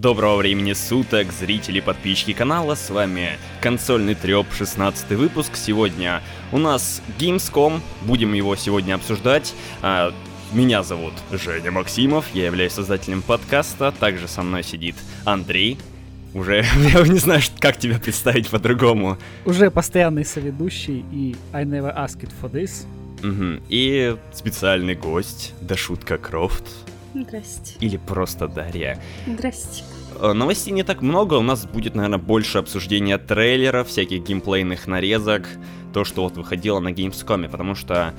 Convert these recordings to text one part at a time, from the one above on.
Доброго времени суток, зрители и подписчики канала, с вами Консольный Трёп, 16-й выпуск. Сегодня у нас Gamescom, будем его сегодня обсуждать. Меня зовут Женя Максимов, я являюсь создателем подкаста, также со мной сидит Андрей. Уже, я не знаю, как тебя представить по-другому. Уже постоянный соведущий и I never asked for this. Угу. И специальный гость, Дашутка Крофт. Здрасте. Или просто Дарья. Здрасте. Новостей не так много, у нас будет, наверное, больше обсуждения трейлеров, всяких геймплейных нарезок, то, что вот выходило на Gamescom, потому что,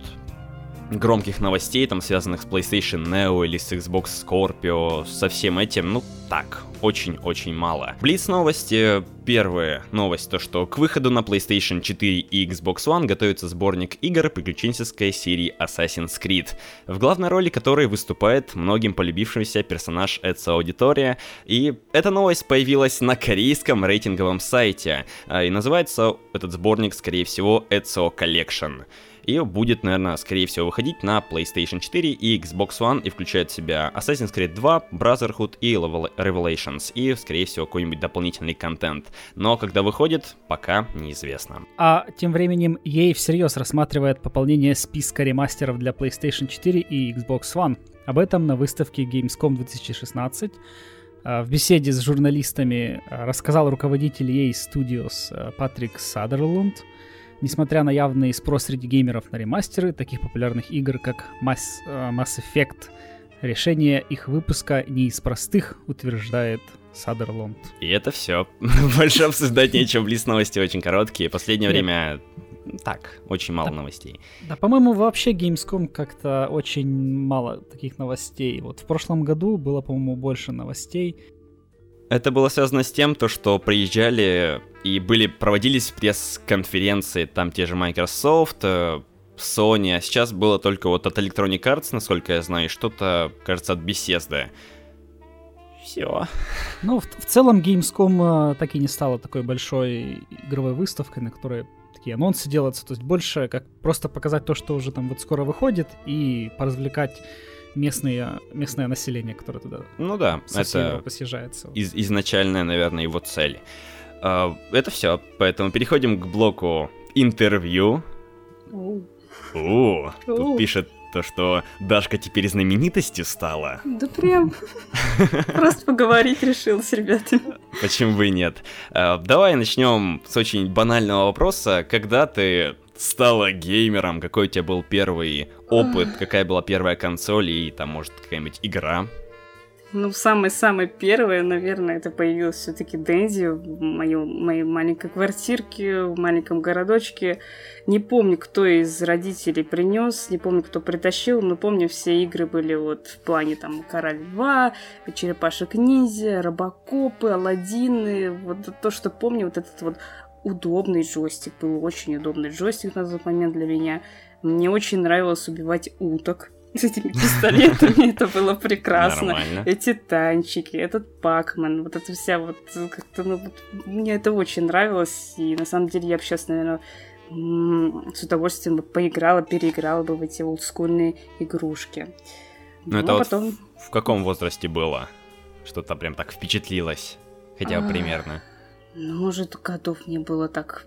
громких новостей, там, связанных с PlayStation Neo или с Xbox Scorpio, со всем этим, так, очень-очень мало. Блиц новости. Первая новость, то что к выходу на PlayStation 4 и Xbox One готовится сборник игр приключенческой серии Assassin's Creed, в главной роли которой выступает многим полюбившийся персонаж Ezio Auditore, и эта новость появилась на корейском рейтинговом сайте, и называется этот сборник, скорее всего, Ezio Collection. И будет, наверное, скорее всего, выходить на PlayStation 4 и Xbox One и включает в себя Assassin's Creed 2, Brotherhood и Revelations, и, скорее всего, какой-нибудь дополнительный контент. Но когда выходит, пока неизвестно. А тем временем EA всерьез рассматривает пополнение списка ремастеров для PlayStation 4 и Xbox One. Об этом на выставке Gamescom 2016 в беседе с журналистами рассказал руководитель EA Studios Патрик Садерлунд. Несмотря на явный спрос среди геймеров на ремастеры таких популярных игр, как Mass Effect, решение их выпуска не из простых, утверждает Садерлунд. И это все. Больше обсуждать нечего, блиц новости очень короткие. Последнее время так, очень мало новостей. Да, по-моему, вообще Gamescom как-то очень мало таких новостей. Вот в прошлом году было, по-моему, больше новостей. Это было связано с тем, что приезжали и проводились пресс-конференции, там те же Microsoft, Sony, а сейчас было только вот от Electronic Arts, насколько я знаю, и что-то, кажется, от Bethesda. Все. В целом Gamescom так и не стала такой большой игровой выставкой, на которой такие анонсы делаются, то есть больше как просто показать то, что уже там вот скоро выходит, и поразвлекать местное население, которое туда со всей Европы съезжается. Изначальная, наверное, его цель. Это все, поэтому переходим к блоку интервью. Тут пишет то, что Дашка теперь знаменитостью стала. Да прям просто поговорить решил с ребятами. Почему бы и нет? Давай начнем с очень банального вопроса. Когда ты стала геймером, какой у тебя был первый опыт, какая была первая консоль и там, может, какая-нибудь игра? Самое-самое первое, наверное, это появилось все-таки Денди в моей маленькой квартирке, в маленьком городочке. Не помню, кто из родителей принес, не помню, кто притащил, но помню, все игры были вот в плане там Король Льва, Черепашек-ниндзя, Робокопы, Аладдины. Вот то, что помню, вот этот вот удобный джойстик, был очень удобный джойстик на тот момент для меня. Мне очень нравилось убивать уток с этими пистолетами, это было прекрасно. Нормально. Эти танчики, этот Пакман, вот это вся вот как-то, мне это очень нравилось, и на самом деле я бы сейчас, наверное, с удовольствием бы переиграла бы в эти олдскульные игрушки. Это потом... вот в каком возрасте было? Что-то прям так впечатлилось, хотя бы примерно. Может, годов мне было так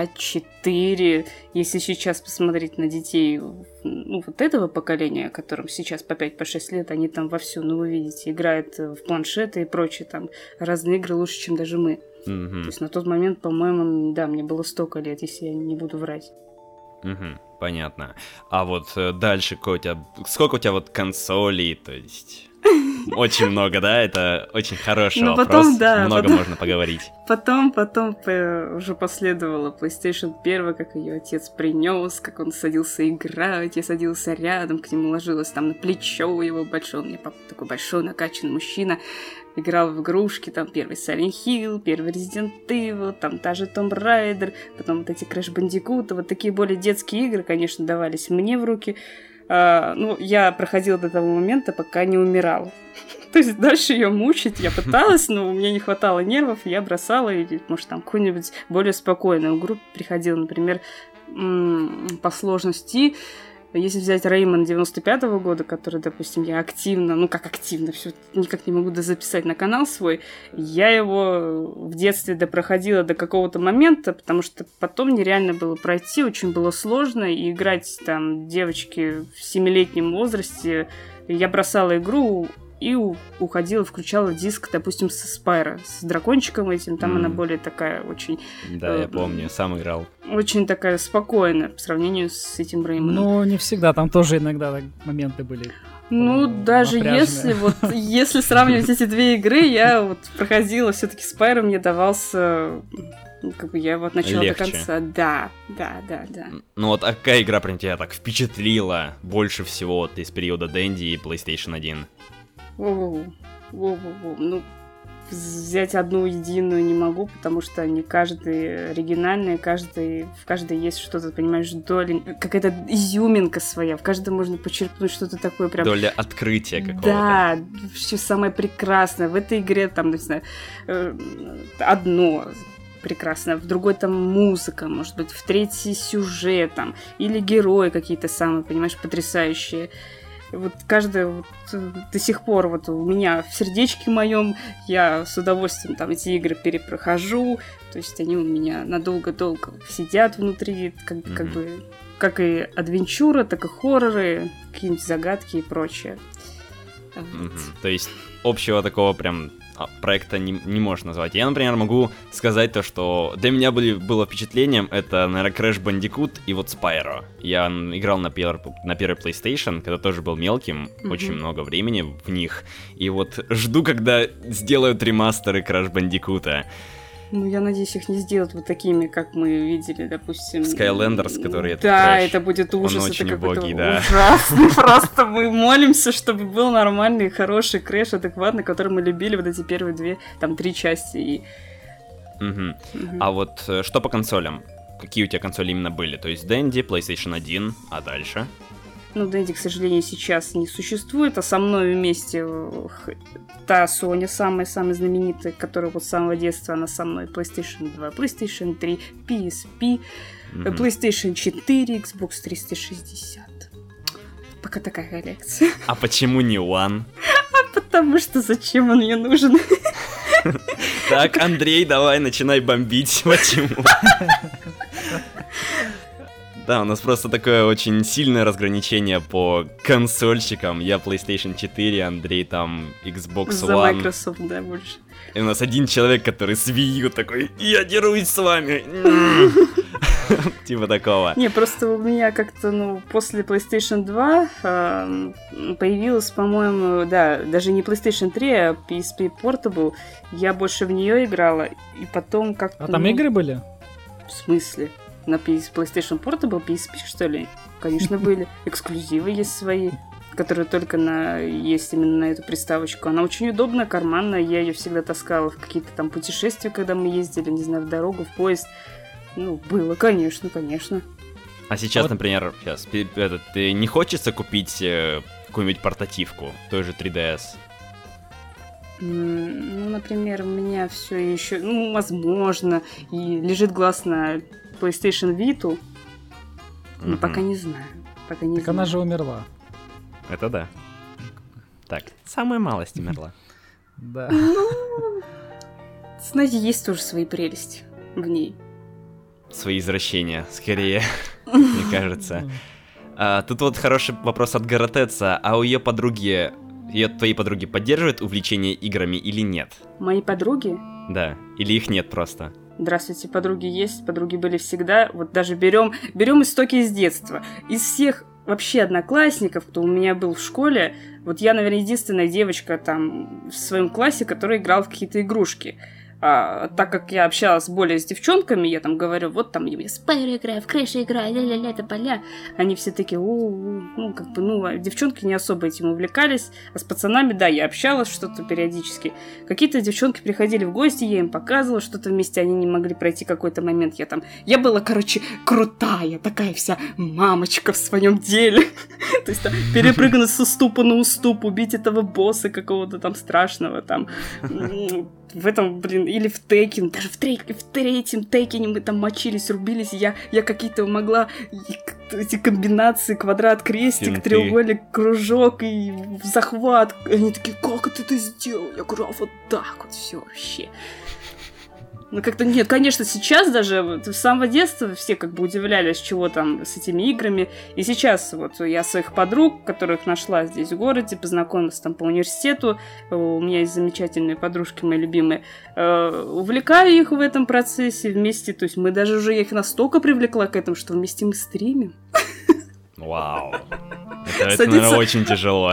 5-4. Если сейчас посмотреть на детей вот этого поколения, которым сейчас по 5-6 лет, они там вовсю, вы видите, играют в планшеты и прочие там разные игры лучше, чем даже мы. То есть на тот момент, по-моему, да, мне было столько лет, если я не буду врать. Понятно. А вот дальше сколько у тебя вот консолей, то есть... Очень много, да? Это очень хороший вопрос. Много можно поговорить. Потом уже последовала PlayStation 1, как ее отец принес, как он садился играть, я садился рядом, к нему ложилась там на плечо его большое. У меня папа такой большой накачанный мужчина. Играл в игрушки, там первый Silent Hill, первый Resident Evil, там та же Tomb Raider, потом вот эти Crash Bandicoot, вот такие более детские игры, конечно, давались мне в руки. Я проходила до того момента, пока не умирала. То есть дальше ее мучить я пыталась, но у меня не хватало нервов, и я бросала, или, может, там какую-нибудь более спокойную игру приходила, например, по сложности Если взять Реймон 95-го года, который, допустим, я активно, все никак не могу дозаписать на канал свой, я его в детстве допроходила до какого-то момента, потому что потом нереально было пройти, очень было сложно, и играть там девочки в 7-летнем возрасте, я бросала игру и уходила, включала диск, допустим, со Спайро, с дракончиком этим, там она более такая очень... Да, я помню, сам играл. Очень такая спокойная по сравнению с этим Реймоном. Ну, не всегда, там тоже иногда моменты были. Ну, даже если сравнивать эти две игры, я вот проходила, все-таки Спайро мне давался... я его от начала до конца. Да. Ну вот, а какая игра прям тебя так впечатлила больше всего вот из периода Денди и PlayStation 1? Ну, взять одну единую не могу, потому что они каждый оригинальный, в каждой есть что-то, понимаешь, доля, какая-то изюминка своя, в каждом можно почерпнуть что-то такое прям... Доля открытия какого-то. Да, все самое прекрасное. В этой игре там, не знаю, одно прекрасно, в другой там музыка, может быть, в третий сюжет там, или герои какие-то самые, понимаешь, потрясающие. Вот каждая вот, до сих пор вот у меня в сердечке моем, я с удовольствием там эти игры перепрохожу, то есть они у меня надолго-долго сидят внутри, как бы как и адвенчура, так и хорроры, какие-нибудь загадки и прочее. То есть общего такого прям проекта не можно назвать. Я, например, могу сказать то, что для меня было впечатлением, это, наверное, Crash Bandicoot и вот Spyro. Я играл на первой PlayStation, когда тоже был мелким, очень много времени в них. И вот жду, когда сделают ремастеры Crash Bandicoot'а. Ну, я надеюсь, их не сделают вот такими, как мы видели, допустим... Skylanders, который это Да, Crash. Это будет ужас, Он это очень какой-то убогий, да. ужасный. Просто мы молимся, чтобы был нормальный, хороший Crash, адекватный, который мы любили вот эти первые 3 части. А вот что по консолям? Какие у тебя консоли именно были? То есть Dendy, PlayStation 1, а дальше? Ну, Dendy, к сожалению, сейчас не существует, а со мной вместе та Sony, самая знаменитая, которая вот с самого детства, она со мной, PlayStation 2, PlayStation 3, PSP, PlayStation 4, Xbox 360. Пока такая коллекция. А почему не One? Потому что зачем он мне нужен? Так, Андрей, давай, начинай бомбить. Почему? Да, у нас просто такое очень сильное разграничение по консольщикам. Я PlayStation 4, Андрей там Xbox One. За Microsoft, да, больше. И у нас один человек, который с Wii U такой: я дерусь с вами. Типа такого. Не, просто у меня как-то, после PlayStation 2 появилась, по-моему, да, даже не PlayStation 3, а PSP Portable. Я больше в нее играла, и потом как-то... А там игры были? В смысле? На PlayStation Portable, PSP, что ли? Конечно, были. Эксклюзивы есть свои, которые только есть именно на эту приставочку. Она очень удобная, карманная. Я ее всегда таскала в какие-то там путешествия, когда мы ездили, не знаю, в дорогу, в поезд. Было, конечно. А сейчас, например, не хочется купить какую-нибудь портативку, той же 3DS? Например, у меня все еще, возможно, и лежит глаз на PlayStation Vita, но пока не знаю. Так она же умерла. Это да. Так, самая малость умерла. Да. Знаете, есть тоже свои прелести в ней. Свои извращения, скорее, мне кажется. Тут вот хороший вопрос от Гаратеца. А у твои подруги поддерживают увлечение играми или нет? Мои подруги? Да, или их нет просто? Здравствуйте, подруги есть, подруги были всегда. Вот даже берем истоки из детства. Из всех вообще одноклассников, кто у меня был в школе, вот я, наверное, единственная девочка там в своем классе, которая играла в какие-то игрушки. Так как я общалась более с девчонками, я там говорю, вот там я в Спайро играю, в Крэша играю, ля-ля-ля, тополя. Они все такие, девчонки не особо этим увлекались, а с пацанами, да, я общалась что-то периодически. Какие-то девчонки приходили в гости, я им показывала что-то вместе, они не могли пройти какой-то момент. Я была, крутая, такая вся мамочка в своем деле. То есть там перепрыгнуть с уступа на уступ, убить этого босса какого-то там страшного, там... В этом, или в Теккен, даже в третьем Теккене мы там мочились, рубились, я какие-то могла вот эти комбинации, квадрат, крестик, Финты. треугольник, кружок и захват. Они такие, как ты это сделал? Я говорю, а вот так вот все вообще. Ну, как-то нет, конечно, сейчас даже вот, с самого детства все как бы удивлялись, чего там с этими играми. И сейчас вот я своих подруг, которых нашла здесь в городе, познакомилась там по университету, у меня есть замечательные подружки, мои любимые, увлекаю их в этом процессе вместе, то есть мы даже уже, я их настолько привлекла к этому, что вместе мы стримим. Вау. Это, наверное, очень тяжело.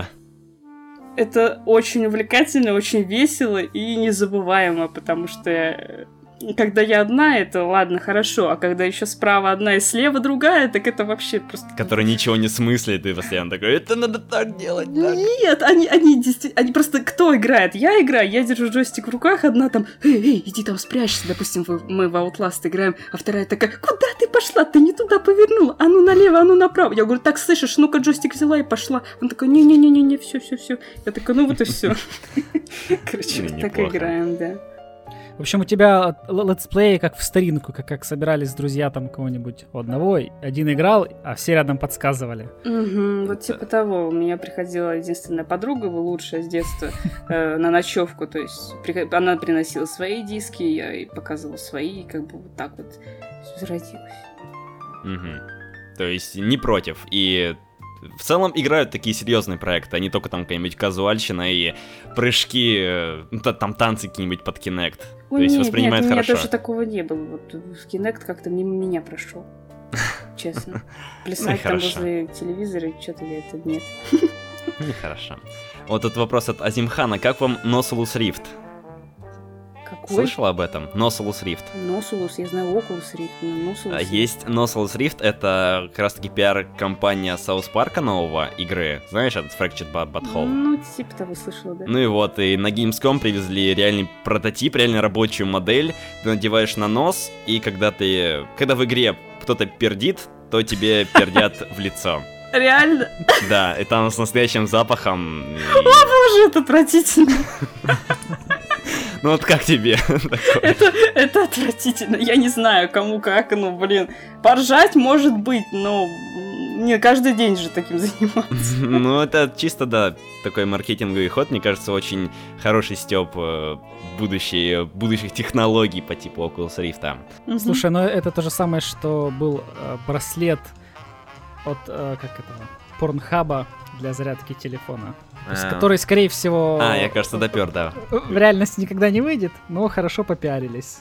Это очень увлекательно, очень весело и незабываемо, потому что когда я одна, это ладно, хорошо, а когда еще справа одна и слева другая, так это вообще просто... Который ничего не смыслит, и постоянно такой, это надо так делать, так. Нет, они действительно... Они просто... Кто играет? Я играю, я держу джойстик в руках, одна там, эй, иди там спрячься, допустим, мы в Outlast играем, а вторая такая, куда ты пошла? Ты не туда повернула, а ну налево, а ну направо. Я говорю, так слышишь, ну-ка джойстик взяла и пошла. Он такой, не-не-не-не, все. Я такая, ну вот и все. Короче, вот так играем, да. В общем, у тебя летсплеи как в старинку, как собирались друзья там кого-нибудь у одного, один играл, а все рядом подсказывали. Вот типа того. У меня приходила единственная подруга, лучшая с детства, на ночевку. То есть она приносила свои диски, я ей показывала свои, и как бы вот так вот зародилось. То есть не против. И в целом играют такие серьезные проекты, а не только там какая-нибудь казуальщина и прыжки, там танцы какие-нибудь под Kinect. То есть воспринимает нет, хорошо. У меня тоже такого не было. Вот в Kinect как-то мимо меня прошел. Честно. Плясать там возле телевизора, что-то я это нет. Нехорошо. Вот тут вопрос от Азимхана. Как вам Nocilus Rift? Какой? Слышал об этом? Nocilus Rift. Nocilus, я знаю Oculus Rift, но Nocilus... Есть Nocilus Rift, это как раз-таки пиар-компания Саус Парка нового игры. Знаешь, этот Fractured Butthole? Ну, типа того слышала, да. Ну и вот, и на Gamescom привезли реальный прототип, реально рабочую модель. Ты надеваешь на нос, и когда в игре кто-то пердит, то тебе пердят в лицо. Реально? Да, и там с настоящим запахом. О боже, это отвратительно. Ну вот как тебе? Это отвратительно. Я не знаю, кому как, поржать может быть, но не каждый день же таким заниматься. Ну это чисто, да, такой маркетинговый ход, мне кажется, очень хороший стёб будущих технологий по типу Oculus Rift. Слушай, ну это то же самое, что был браслет от, Порнхаба для зарядки телефона. Который, скорее всего... я, кажется, допёр, да. В реальности никогда не выйдет, но хорошо попиарились.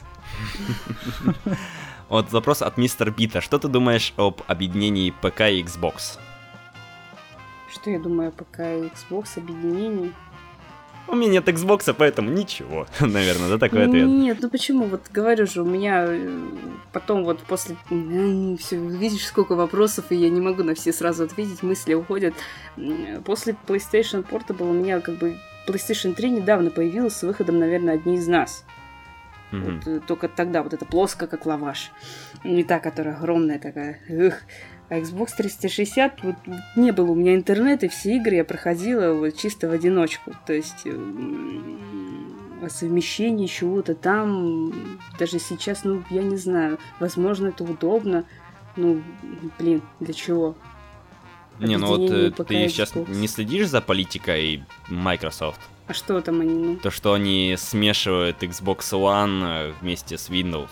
Вот вопрос от Мистер Бита. Что ты думаешь об объединении ПК и Xbox? Что я думаю о ПК и Xbox объединении? У меня нет Xbox, поэтому ничего. Наверное, да, такой ответ? Нет, ну почему? Вот говорю же, у меня потом вот после... Все, видишь, сколько вопросов, и я не могу на все сразу ответить, мысли уходят. После PlayStation Portable у меня как бы PlayStation 3 недавно появилась с выходом, наверное, «Одни из нас». Вот, только тогда вот это плоская, как лаваш. Не та, которая огромная такая. А Xbox 360, вот не было у меня интернета, и все игры я проходила вот чисто в одиночку. То есть о совмещении чего-то там, даже сейчас, я не знаю, возможно, это удобно. Для чего? Не, ты сейчас не следишь за политикой Microsoft? А что там они, То, что они смешивают Xbox One вместе с Windows.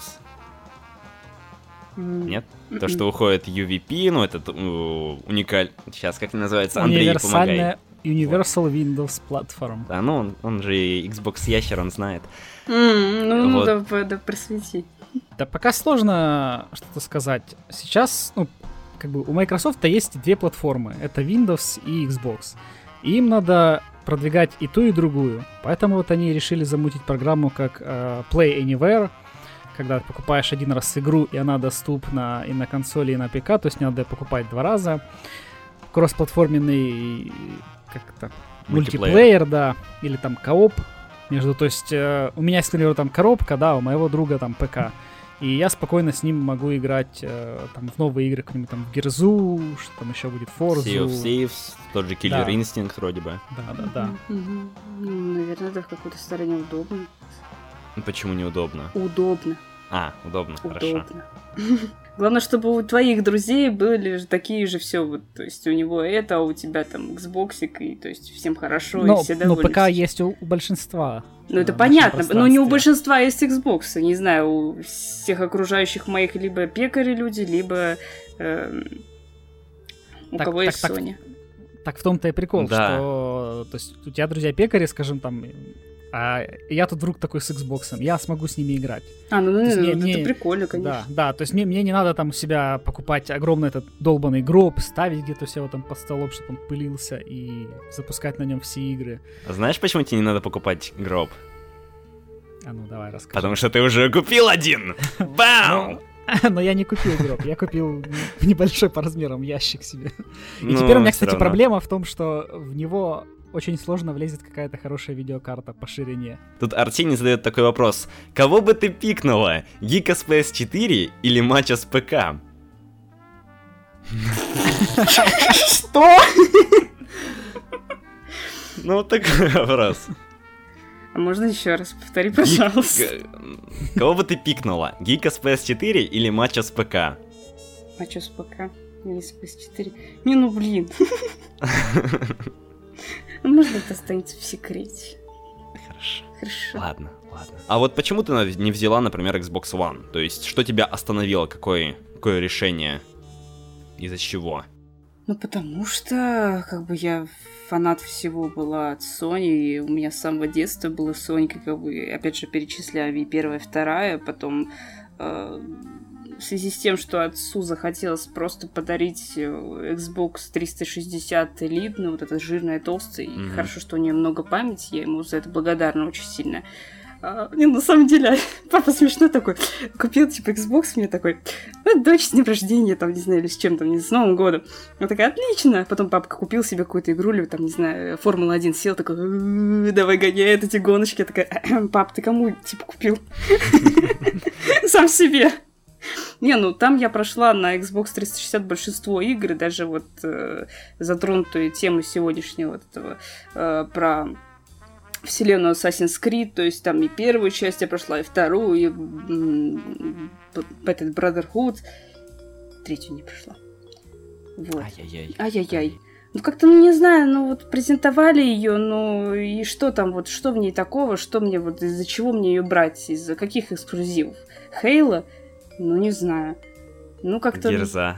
Нет? То, что выходит UVP, этот уникальный... Сейчас, как называется? Андрей, помогай. Universal Windows Platform. Да, он же Xbox ящер, он знает. Да просвети. Да пока сложно что-то сказать. Сейчас, у Microsoft есть две платформы. Это Windows и Xbox. И им надо продвигать и ту, и другую. Поэтому вот они решили замутить программу как Play Anywhere, когда ты покупаешь один раз игру, и она доступна и на консоли, и на ПК, то есть не надо покупать два раза. Кроссплатформенный мультиплеер, да, или там кооп то есть у меня, к примеру, там коробка, да, у моего друга там ПК, и я спокойно с ним могу играть там в новые игры, какие-нибудь там в Герзу, что там еще будет, Forza. Sea of Thieves, тот же Killer Instinct вроде бы. Да. Наверное, это в какой-то стороне удобно. Почему неудобно? Удобно. Удобно, хорошо. Главное, чтобы у твоих друзей были же такие же все, вот, то есть у него это, а у тебя там Xboxик, и то есть всем хорошо, и все довольны. Но ПК есть у большинства. Ну, это понятно, но не у большинства есть Xbox, не знаю, у всех окружающих моих либо пекари люди, либо у кого есть Sony. Так в том-то и прикол, Да. что то есть у тебя друзья пекари, скажем, там, а я тут вдруг такой с Xbox, я смогу с ними играть. Это прикольно, конечно. Да, то есть мне не надо там у себя покупать огромный этот долбанный гроб, ставить где-то все там под столом, чтобы он пылился, и запускать на нем все игры. Знаешь, почему тебе не надо покупать гроб? А ну, давай, расскажи. Потому что ты уже купил один! Бам! Но я не купил гроб, я купил небольшой по размерам ящик себе. И Ну, теперь у меня, всё кстати, равно. проблема в том, что в него очень сложно влезет какая-то хорошая видеокарта по ширине. Тут Артемий задает такой вопрос. Кого бы ты пикнула? Гика с PS4 или Матча с ПК? Что? Ну, вот такой вопрос. А можно еще раз повтори, пожалуйста? Кого бы ты пикнула? Гика с PS4 или Матча с ПК? А что с ПК? Или с PS4? Не, ну блин. Можно это останется в секрете? Хорошо. Ладно. А вот почему ты не взяла, например, Xbox One? То есть, что тебя остановило? Какое решение? Из-за чего? Ну, потому что, как бы, я фанат всего была от Sony, и у меня с самого детства было Sony, как бы, опять же, перечисляю, и первая, и вторая, потом в связи с тем, что отцу захотелось просто подарить Xbox 360 Elite, ну, вот эта жирная, толстая, и хорошо, что у нее много памяти, я ему за это благодарна очень сильно. Не, на самом деле, папа смешно такой, купил, типа, Xbox мне такой, дочь с днем рождения, там, не знаю, или с чем там, с Новым годом. Я такая, отлично. Потом папа купил себе какую-то игрулю, там, не знаю, Формула-1 сел, такой, давай гоняет эти гоночки. Я такая, пап, ты кому, типа, купил? Сам себе. Не, ну там я прошла на Xbox 360 большинство игр, и даже вот затронутую тему сегодняшнего вот этого про вселенную Assassin's Creed, то есть там и первую часть я прошла, и вторую, и этот Brotherhood, третью не прошла. Вот. Ай-яй-яй. Ну, как-то, ну, не знаю, ну, вот презентовали ее, ну, и что там, вот, что в ней такого, что мне, вот, из-за чего мне ее брать, из-за каких эксклюзивов? Хейла? Ну, не знаю. Ну, как-то... Герза.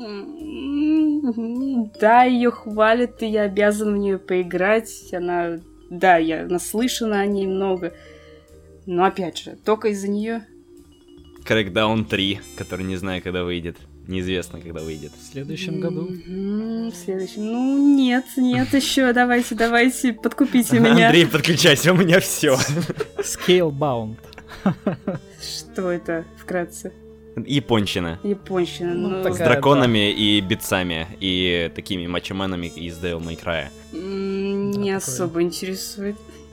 Да, ее хвалят, и я обязан в нее поиграть, она... Да, я наслышана о ней много, но, опять же, только из-за нее. Crackdown 3, который не знаю, когда выйдет. Неизвестно, когда выйдет. В следующем году. В следующем. Ну, нет, еще. Давайте, подкупите меня. Андрей, подключайся, у меня все. Scalebound. Что это, вкратце? Японщина. Ну, такая, С драконами и битцами, и такими мачоменами из Devil May Cry. Не особо интересует.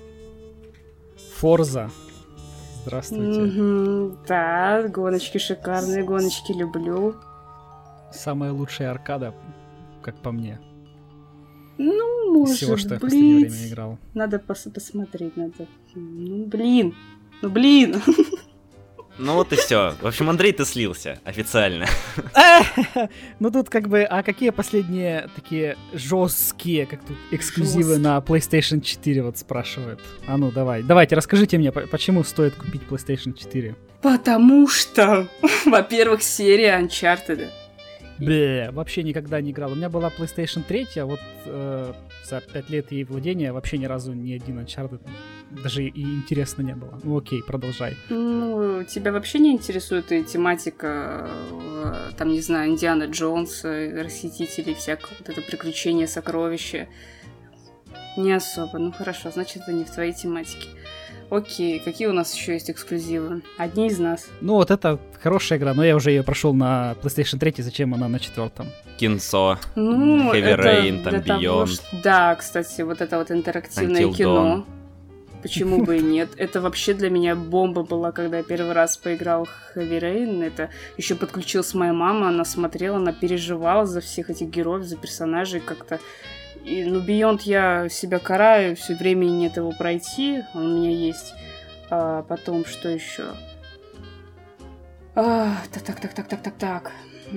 Forza. Здравствуйте. Да, гоночки шикарные, гоночки люблю. Самая лучшая аркада, как по мне. Ну, может из всего, что я в быть. последнее время играл. Надо посмотреть, надо. Ну, блин. Ну вот и все. В общем, Андрей, ты слился официально. Ну тут как бы, а какие последние такие жесткие, как тут эксклюзивы на PlayStation 4 вот спрашивают? А ну давайте, расскажите мне, почему стоит купить PlayStation 4? Потому что, во-первых, серия Uncharted. Вообще никогда не играл. У меня была PlayStation 3, а вот за 5 лет ей владения вообще ни разу ни один Uncharted даже и интересно не было. Ну окей, продолжай. Ну, тебя вообще не интересует и тематика, там, не знаю, Индиана Джонса, Расхитителей, всякого, вот это приключение, сокровища? Не особо. Ну хорошо, значит, это не в твоей тематике. Окей, какие у нас еще есть эксклюзивы? Одни из нас. Ну вот это хорошая игра, но я уже ее прошел на PlayStation 3, зачем она на 4-м? Кинцо, Ну, Heavy это Rain, там для того, Beyond. Да, кстати, вот это вот интерактивное Until кино. Почему бы и нет? Это вообще для меня бомба была, когда я первый раз поиграл в Heavy Rain. Это еще подключилась моя мама, она смотрела, она переживала за всех этих героев, за персонажей как-то. И, ну, Beyond я себя караю, все времени нет его пройти, он у меня есть. А потом, что еще? Так.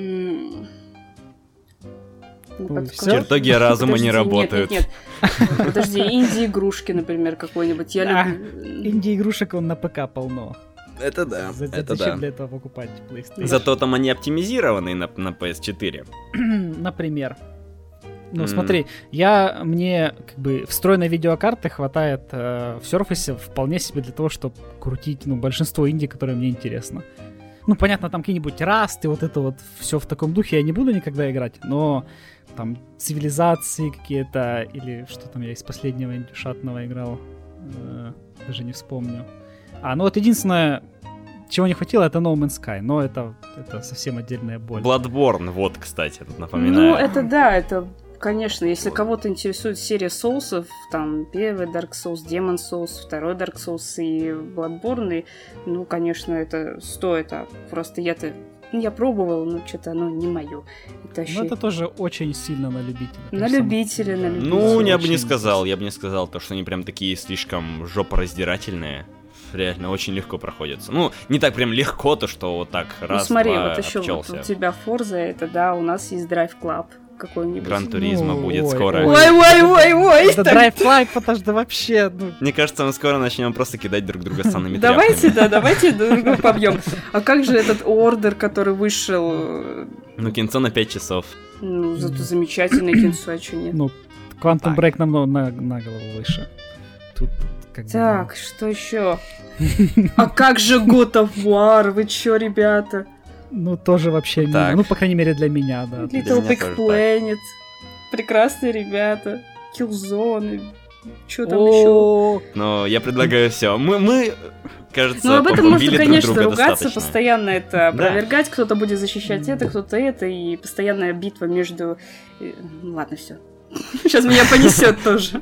Чертоги разума не работают. Нет. Подожди, инди-игрушки, например, какой-нибудь. Я люблю... Инди-игрушек он на ПК полно. Это да, это Зачем да. для этого покупать PlayStation? Зато там они оптимизированы на PS4. Например. Ну, смотри, мне как бы встроенной видеокарты хватает в Surface вполне себе для того, чтобы крутить, большинство инди, которые мне интересно. Ну, понятно, там какие-нибудь Rust и вот это вот все в таком духе я не буду никогда играть, но там цивилизации какие-то, или что там я из последнего индюшатного играл, даже не вспомню. Ну вот единственное, чего не хватило, это No Man's Sky, но это совсем отдельная боль. Bloodborne, вот, кстати, тут напоминаю. Ну, это да, это... Конечно, если кого-то интересует серия соусов, там первый Dark Souls, Demon Souls, второй Dark Souls и Bloodborne, ну, конечно, это стоит. Просто я пробовала, но что-то оно не мое. Ну, это тоже очень сильно на любителя. На любителя. Ну, я бы не сказал, то, что они прям такие слишком жопораздирательные. Реально очень легко проходятся. Ну, не так прям легко, то, что вот так раз, смотри, два, вот еще обчелся. вот у тебя Forza, это да, у нас есть Drive Club какой-нибудь. Гран-туризма будет скоро. Ой. Это Drive Club, подожди, вообще. Мне кажется, мы скоро начнем просто кидать друг друга санными тряпками. Давайте друг друга побьем. А как же этот ордер, который вышел? Ну, кинцо на 5 часов. Ну, зато замечательное кинцо, а что нет? Ну, Quantum Break намного на голову выше. Тут так, что еще? А как же God of War? Вы чё, ребята? Ну, тоже вообще мимо. Ну, по крайней мере, для меня, да. Little Big Planet. Прекрасные ребята. Killzone. Чё там еще? Но я предлагаю все. Мы, кажется, ну, об этом можно, конечно, друг друга ругаться, достаточно. Постоянно это опровергать. Кто-то будет защищать это, кто-то это. И постоянная битва между... Ладно, все. Сейчас меня понесет тоже.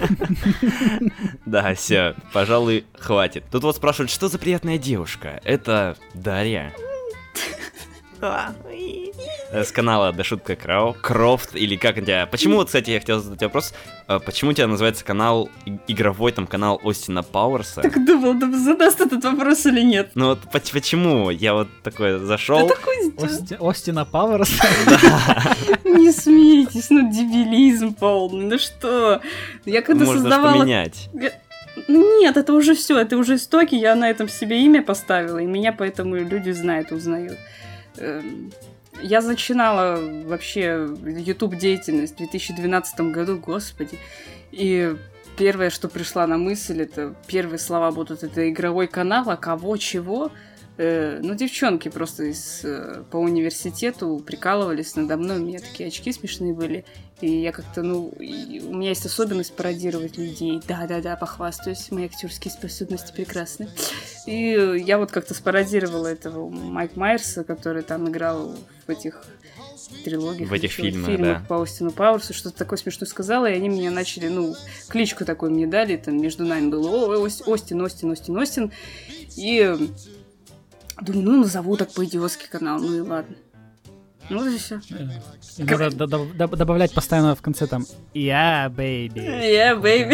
Да, все, пожалуй, хватит. Тут вот спрашивают, что за приятная девушка? Это Дарья. С канала Да Шутка Крофт, или как у тебя... Почему, вот, кстати, я хотел задать вопрос, почему у тебя называется канал игровой, там, канал Остина Пауэрса? Так думал, задаст этот вопрос или нет. Ну вот почему? Я вот такой зашел. Остина Пауэрса? Не смейтесь, ну дебилизм полный, ну что? Я когда создавала... Можно поменять. Нет, это уже все, это уже истоки, я на этом себе имя поставила, и меня поэтому люди знают, узнают. Я начинала вообще YouTube-деятельность в 2012 году, господи, и первое, что пришла на мысль, это первые слова будут, это игровой канал, а кого, чего? Ну, девчонки просто по университету прикалывались надо мной, у меня такие очки смешные были, и я как-то, у меня есть особенность пародировать людей, да-да-да, похвастаюсь, мои актерские способности прекрасны. И я вот как-то спародировала этого Майк Майерса, который там играл в этих трилогиях, в этих фильмах, да. по Остину Пауэрсу, что-то такое смешное сказала, и они меня начали, кличку такую мне дали, там между нами было Остин, и думаю, назову так по-идиотски канал, ну и ладно. Ну вот и все. Надо добавлять постоянно в конце там «Yeah, baby». «Yeah, baby».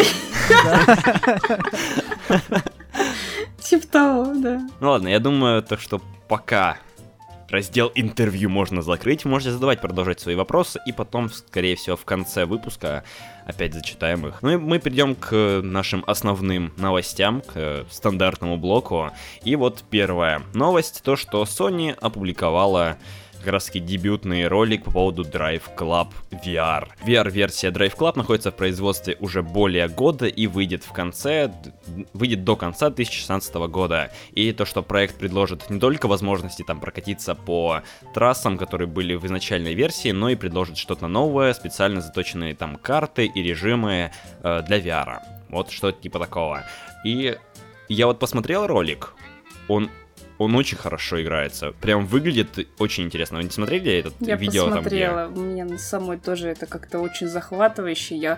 Типа того, да. Ну ладно, я думаю, так что пока раздел интервью можно закрыть, можете продолжать свои вопросы, и потом, скорее всего, в конце выпуска опять зачитаем их. Ну и мы перейдем к нашим основным новостям, к стандартному блоку. И вот первая новость, то, что Sony опубликовала как раз таки дебютный ролик по поводу Drive Club VR. VR-версия Drive Club находится в производстве уже более года и выйдет до конца 2016 года. И то, что проект предложит не только возможности там прокатиться по трассам, которые были в изначальной версии, но и предложит что-то новое, специально заточенные там карты и режимы для VR. Вот что-то типа такого. И я вот посмотрел ролик, он очень хорошо играется. Прям выглядит очень интересно. Вы не смотрели это видео там, где... Я посмотрела. Мне самой тоже это как-то очень захватывающе. Я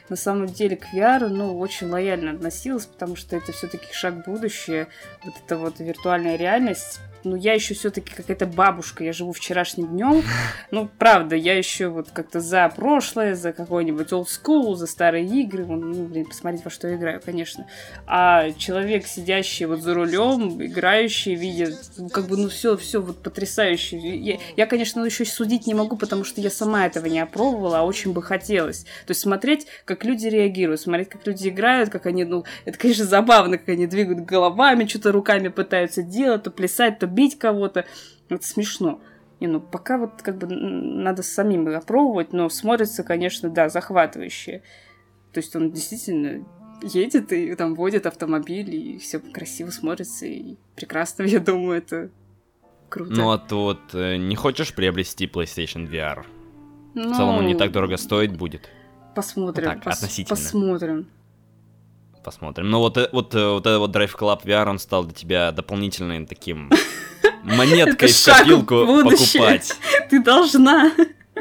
на самом деле к VR, очень лояльно относилась, потому что это все-таки шаг в будущее, вот эта вот виртуальная реальность. Я еще все-таки какая-то бабушка, я живу вчерашним днем. Правда, я еще вот как-то за прошлое, за какой-нибудь old school, за старые игры. Посмотреть, во что я играю, конечно. А человек, сидящий вот за рулем, играющий, видит, все вот потрясающе. Я, конечно, еще судить не могу, потому что я сама этого не опробовала, а очень бы хотелось. То есть смотреть, как люди реагируют, смотреть, как люди играют, как они, это, конечно, забавно, как они двигают головами, что-то руками пытаются делать, то плясать, то бить кого-то. Это смешно. Пока вот надо самим опробовать, но смотрится, конечно, да, захватывающе. То есть он действительно едет и там водит автомобиль, и все красиво смотрится, и прекрасно, я думаю, это круто. А ты не хочешь приобрести PlayStation VR? В целом он не так дорого стоить будет. Посмотрим. Так, относительно. Посмотрим. Вот этот Drive Club VR, он стал для тебя дополнительным таким монеткой в копилку покупать. Ты должна.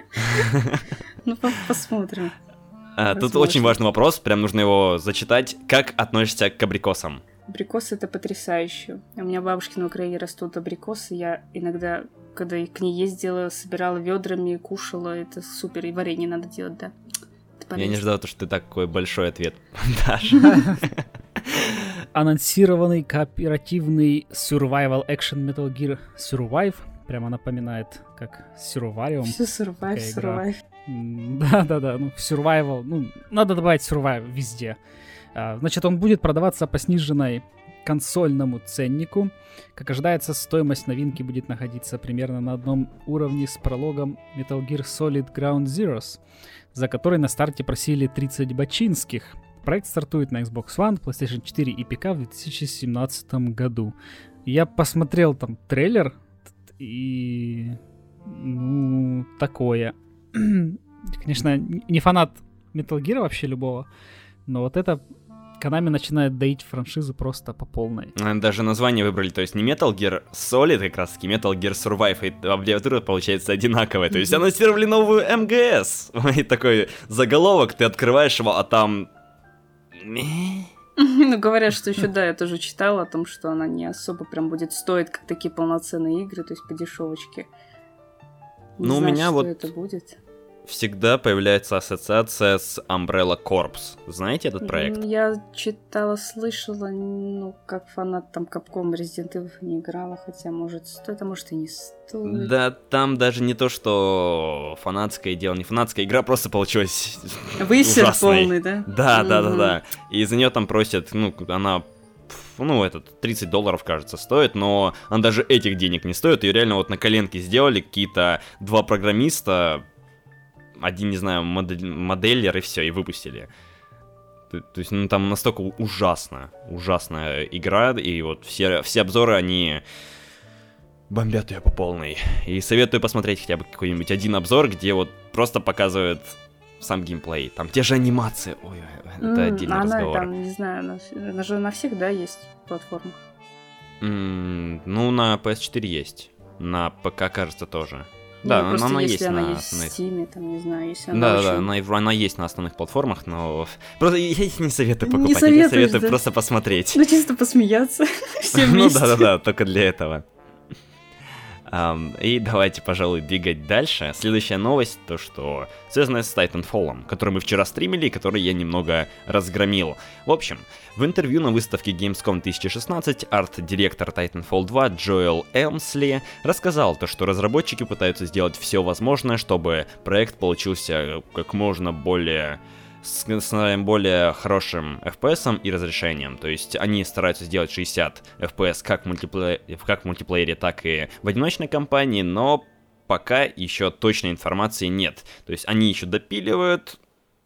Посмотрим. Тут очень важный вопрос, прям нужно его зачитать. Как относишься к абрикосам? Абрикосы — это потрясающе. У меня бабушки на Украине растут абрикосы. Я иногда, когда к ней ездила, собирала ведрами, кушала. Это супер. И варенье надо делать, да. Я не ждал, что ты такой большой ответ дашь. Анонсированный кооперативный survival action Metal Gear Survive прямо напоминает, как Survivor. Все Survive. Да, survival, надо добавить survive везде. Значит, он будет продаваться по сниженной консольному ценнику. Как ожидается, стоимость новинки будет находиться примерно на одном уровне с прологом Metal Gear Solid Ground Zeroes, за который на старте просили 30 бачинских. Проект стартует на Xbox One, PlayStation 4 и ПК в 2017 году. Я посмотрел там трейлер, и... такое. Конечно, не фанат Metal Gear вообще любого, но вот это Konami начинает доить франшизу просто по полной. Даже название выбрали, то есть не Metal Gear Solid, как раз таки Metal Gear Survive, и аббревиатура получается одинаковая. То есть анонсировали новую МГС. И такой заголовок, ты открываешь его, а там... Говорят, что еще, да, я тоже читала о том, что она не особо прям будет стоить, как такие полноценные игры, то есть по дешевочке. Не знаю, у меня что вот это будет. Всегда появляется ассоциация с Umbrella Corps. Знаете этот проект? Я читала, слышала, как фанат там Capcom Resident Evil не играла, хотя может стоит, а может и не стоит. Да, там даже не то, что фанатское дело, не фанатская игра, просто получилась высер ужасной. Полный, да? Да. И за нее там просят, она... $30, кажется, стоит, но она даже этих денег не стоит. Ее реально вот на коленке сделали какие-то два программиста, один, не знаю, моделлер, и все, и выпустили. То есть, там настолько ужасная игра, и вот все обзоры, они бомбят ее по полной. И советую посмотреть хотя бы какой-нибудь один обзор, где вот просто показывают сам геймплей. Там те же анимации. Ой, это отдельный разговор. Она там, не знаю, она же на всех, да, есть платформах? На PS4 есть. На ПК, кажется, тоже. Да, она есть на Steam, там, не знаю, если она она есть на основных платформах, но... Просто я не советую покупать, я советую просто посмотреть. Чисто посмеяться все вместе. Да, только для этого. И давайте, пожалуй, двигать дальше. Следующая новость, то что связанная с Titanfall, который мы вчера стримили и который я немного разгромил. В общем, в интервью на выставке Gamescom 2016 арт-директор Titanfall 2 Джоэл Элмсли рассказал то, что разработчики пытаются сделать все возможное, чтобы проект получился как можно более... с более хорошим FPS и разрешением. То есть они стараются сделать 60 FPS как в мультиплеере, так и в одиночной кампании, но пока еще точной информации нет. То есть они еще допиливают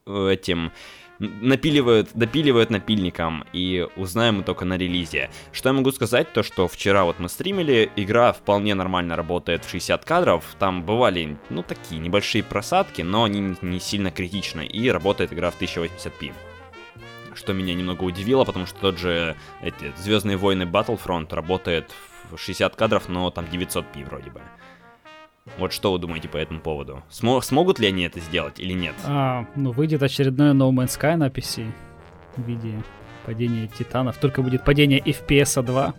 допиливают напильником, и узнаем мы только на релизе. Что я могу сказать, то что вчера вот мы стримили, игра вполне нормально работает в 60 кадров, там бывали, такие небольшие просадки, но они не сильно критичны, и работает игра в 1080p. Что меня немного удивило, потому что тот же Звездные войны Battlefront работает в 60 кадров, но там 900p вроде бы. Вот что вы думаете по этому поводу? Смогут ли они это сделать или нет? Выйдет очередное No Man's Sky на PC в виде падения Титанов. Только будет падение FPS 2.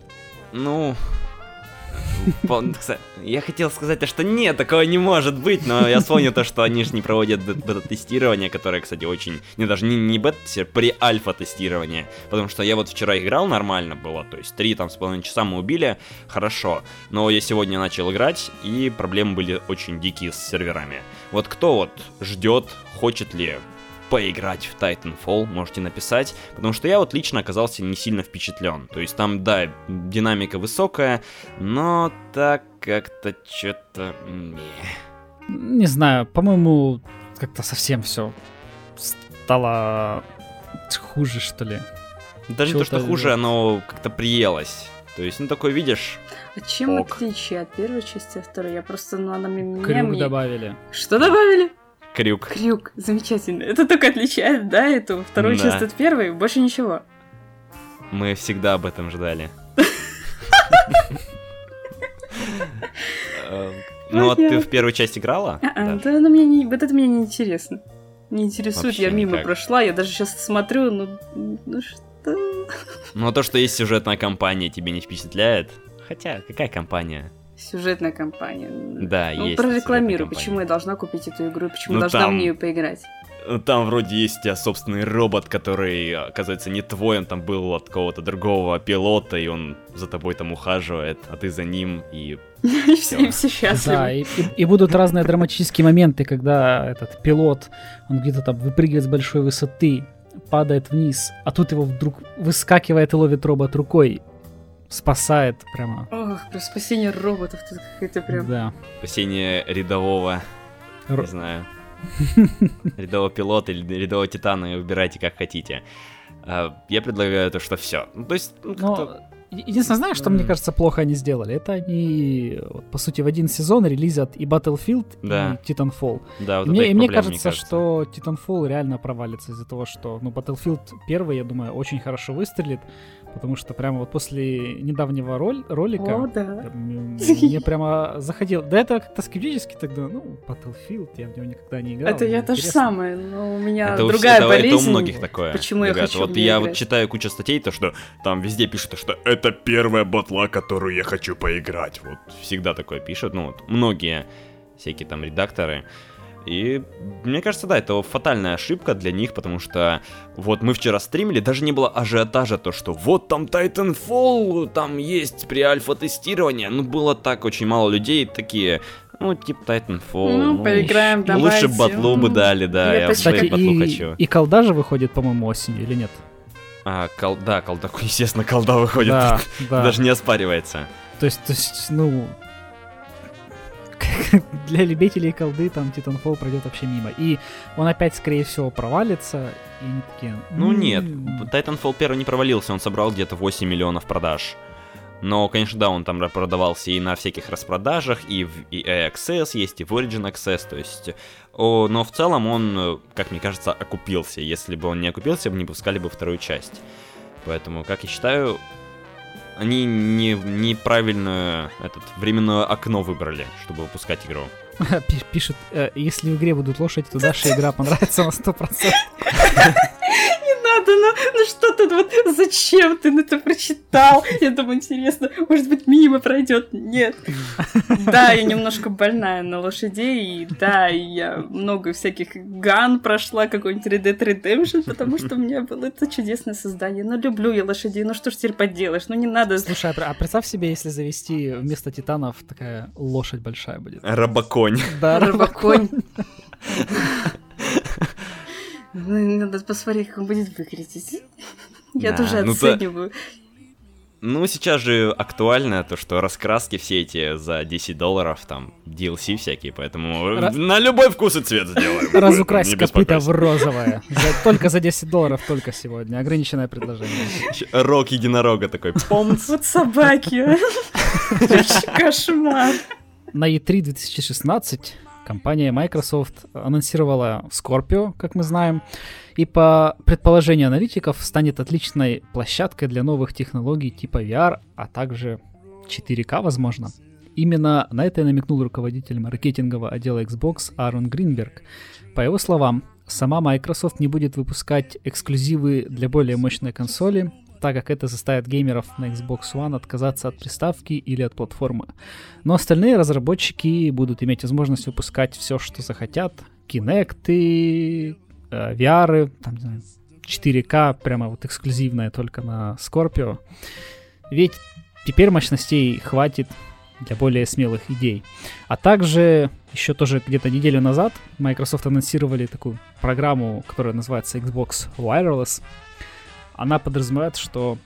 Я хотел сказать, что нет, такого не может быть, но я вспомнил то, что они же не проводят бета-тестирование, которое, кстати, очень... даже не бета-тестирование, при-альфа-тестирование, потому что я вот вчера играл, нормально было, то есть 3,5 часа мы убили, хорошо, но я сегодня начал играть, и проблемы были очень дикие с серверами. Вот кто вот ждет, хочет ли поиграть в Titanfall, можете написать, потому что я вот лично оказался не сильно впечатлен. То есть там, да, динамика высокая, но так как-то что-то... Не знаю, по-моему, как-то совсем все стало хуже, что ли. Даже не то, что хуже, оно как-то приелось. То есть, такой, видишь... А чем отличие от первой части, от второй? Я просто, она мне... Крюк добавили. Что добавили? Крюк, замечательно. Это только отличает, да, эту вторую часть от первой, больше ничего. Мы всегда об этом ждали. Ну, а ты в первую часть играла? Да, но вот это мне не интересно. Не интересует, я мимо прошла, я даже сейчас смотрю, ну что? Ну, а то, что есть сюжетная кампания, тебе не впечатляет? Хотя, какая кампания? Сюжетная кампания. Да, есть. Прорекламируй, почему я должна купить эту игру, почему должна в нее поиграть. Там вроде есть у тебя собственный робот, который, оказывается, не твой, он там был от какого-то другого пилота, и он за тобой там ухаживает, а ты за ним, и все счастливы. Да, и будут разные драматические моменты, когда этот пилот, он где-то там выпрыгивает с большой высоты, падает вниз, а тут его вдруг выскакивает и ловит робот рукой. Спасает прямо. Ох, про спасение роботов тут какое-то прям... Да. Спасение рядового, не знаю, рядового пилота или рядового титана, выбирайте как хотите. Я предлагаю то, что все. То есть, единственное, знаешь, что мне кажется плохо они сделали? Это они, по сути, в один сезон релизят и Battlefield, и Titanfall. Да, вот и мне кажется, что Titanfall реально провалится из-за того, что Battlefield 1, я думаю, очень хорошо выстрелит, потому что прямо вот после недавнего ролика мне прямо заходил. До этого как-то скептически тогда, Battlefield, я в него никогда не играл. Это я то же самое, но у меня другая болезнь. Это у многих такое. Почему я хочу вот я вот читаю кучу статей, то что там везде пишут, что это первая батла, которую я хочу поиграть. Вот всегда такое пишут, многие всякие там редакторы. И мне кажется, да, это фатальная ошибка для них, потому что вот мы вчера стримили, даже не было ажиотажа, то что вот там Titanfall, там есть при альфа-тестировании, было так очень мало людей, такие, типа Titanfall. Поиграем, давайте. Лучше батлу бы дали, да, я кстати, батлу хочу. И колда же выходит, по-моему, осенью, или нет? Да, колда, естественно, колда выходит, да. Даже не оспаривается. То есть, для любителей колды там Titanfall пройдет вообще мимо. И он опять, скорее всего, провалится. И они такие... нет, Titanfall 1 не провалился, он собрал где-то 8 миллионов продаж. Но, конечно, да, он там продавался и на всяких распродажах, и в EA Access есть, и в Origin Access, то есть... но в целом он, как мне кажется, окупился. Если бы он не окупился, не выпускали бы вторую часть. Поэтому, как я считаю... Они неправильное временное окно выбрали, чтобы выпускать игру. Пишут, если в игре будут лошади, то Даше игра понравится на 100%. Не надо, ну что тут вот, зачем ты это прочитал? Я думаю, интересно, может быть, мимо пройдет? Нет. Да, я немножко больная на лошадей, и да, я много всяких ган прошла, какой-нибудь Red Dead Redemption, потому что у меня было это чудесное создание. Ну, люблю я лошадей, ну что ж теперь поделаешь, ну не надо... Слушай, а представь себе, если завести вместо титанов такая лошадь большая будет. Рабоконь. Да, рабоконь. Надо посмотреть, как он будет выглядеть. Я тоже оцениваю. Сейчас же актуально то, что раскраски все эти за $10, там, DLC всякие, поэтому на любой вкус и цвет сделаем. Разукрась копыта в розовое. Только за $10, только сегодня. Ограниченное предложение. Рог единорога такой. Помц. Вот собаки. Кошмар. На E3 2016 компания Microsoft анонсировала Scorpio, как мы знаем, и по предположению аналитиков станет отличной площадкой для новых технологий типа VR, а также 4К, возможно. Именно на это и намекнул руководитель маркетингового отдела Xbox Аарон Гринберг. По его словам, сама Microsoft не будет выпускать эксклюзивы для более мощной консоли, так как это заставит геймеров на Xbox One отказаться от приставки или от платформы. Но остальные разработчики будут иметь возможность выпускать все, что захотят. Kinect, VR, там, не знаю, 4К, прямо вот эксклюзивное только на Scorpio. Ведь теперь мощностей хватит для более смелых идей. А также еще тоже где-то неделю назад Microsoft анонсировали такую программу, которая называется Xbox Wireless. Она подразумевает, что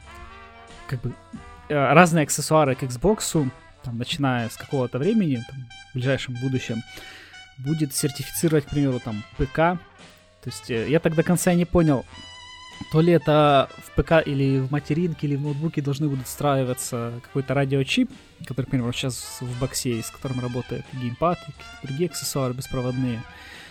как бы разные аксессуары к Xbox, там, начиная с какого-то времени, там, в ближайшем будущем, будет сертифицировать, к примеру, там, ПК. То есть я так до конца не понял, то ли это в ПК или в материнке, или в ноутбуке должны будут встраиваться какой-то радиочип, который, к примеру, сейчас в боксе есть, с которым работает геймпад и другие аксессуары беспроводные.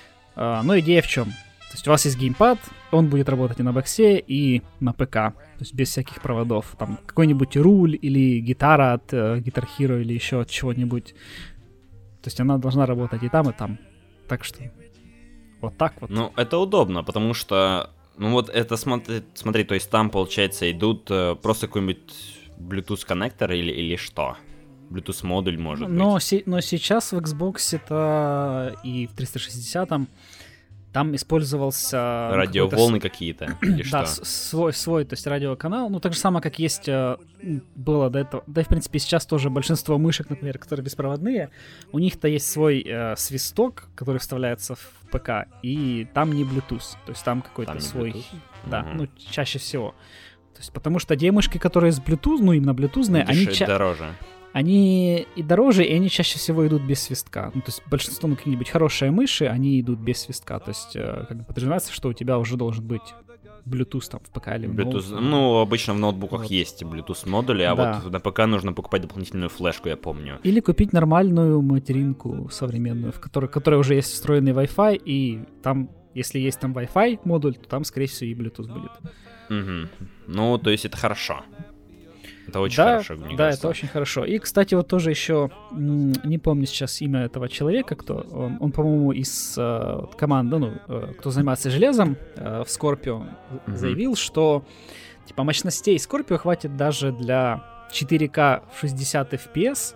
Но идея в чем? То есть у вас есть геймпад, он будет работать и на боксе, и на ПК, то есть без всяких проводов. Там какой-нибудь руль или гитара от Guitar Hero или еще от чего-нибудь. То есть она должна работать и там, и там. Так что вот так вот. Ну, это удобно, потому что, ну вот это, смотри, то есть там, получается, идут просто какой-нибудь Bluetooth коннектор или что? Bluetooth модуль, может быть. Но сейчас в Xbox это и в 360-м там использовался... Радиоволны какие-то, или что? Да, свой, то есть радиоканал. Ну, так же самое, как есть было до этого. Да и, в принципе, сейчас тоже большинство мышек, например, которые беспроводные, у них-то есть свой свисток, который вставляется в ПК, и там не Bluetooth. То есть там какой-то там свой... Bluetooth? Да, Угу. ну, чаще всего. То есть потому что те мышки, которые с Bluetooth, ну, именно Bluetooth-ные, они... дороже. Они и дороже, и они чаще всего идут без свистка. Ну, то есть большинство, ну, какие-нибудь хорошие мыши, они идут без свистка. То есть как бы подразумевается, что у тебя уже должен быть Bluetooth там в ПК или в Bluetooth, ну, обычно в ноутбуках вот есть Bluetooth модули, а да. вот на ПК нужно покупать дополнительную флешку, я помню. Или купить нормальную материнку современную, в которой уже есть встроенный Wi-Fi, и там, если есть там Wi-Fi модуль, то там, скорее всего, и Bluetooth будет. Угу. Ну, то есть это хорошо. Это очень да, хорошо, мне да, кажется. это очень хорошо. И, кстати, вот тоже еще, не помню сейчас имя этого человека, кто, он по-моему, из команды, ну, кто занимается железом в Scorpio, заявил, что, типа, мощностей Scorpio хватит даже для 4К в 60 FPS,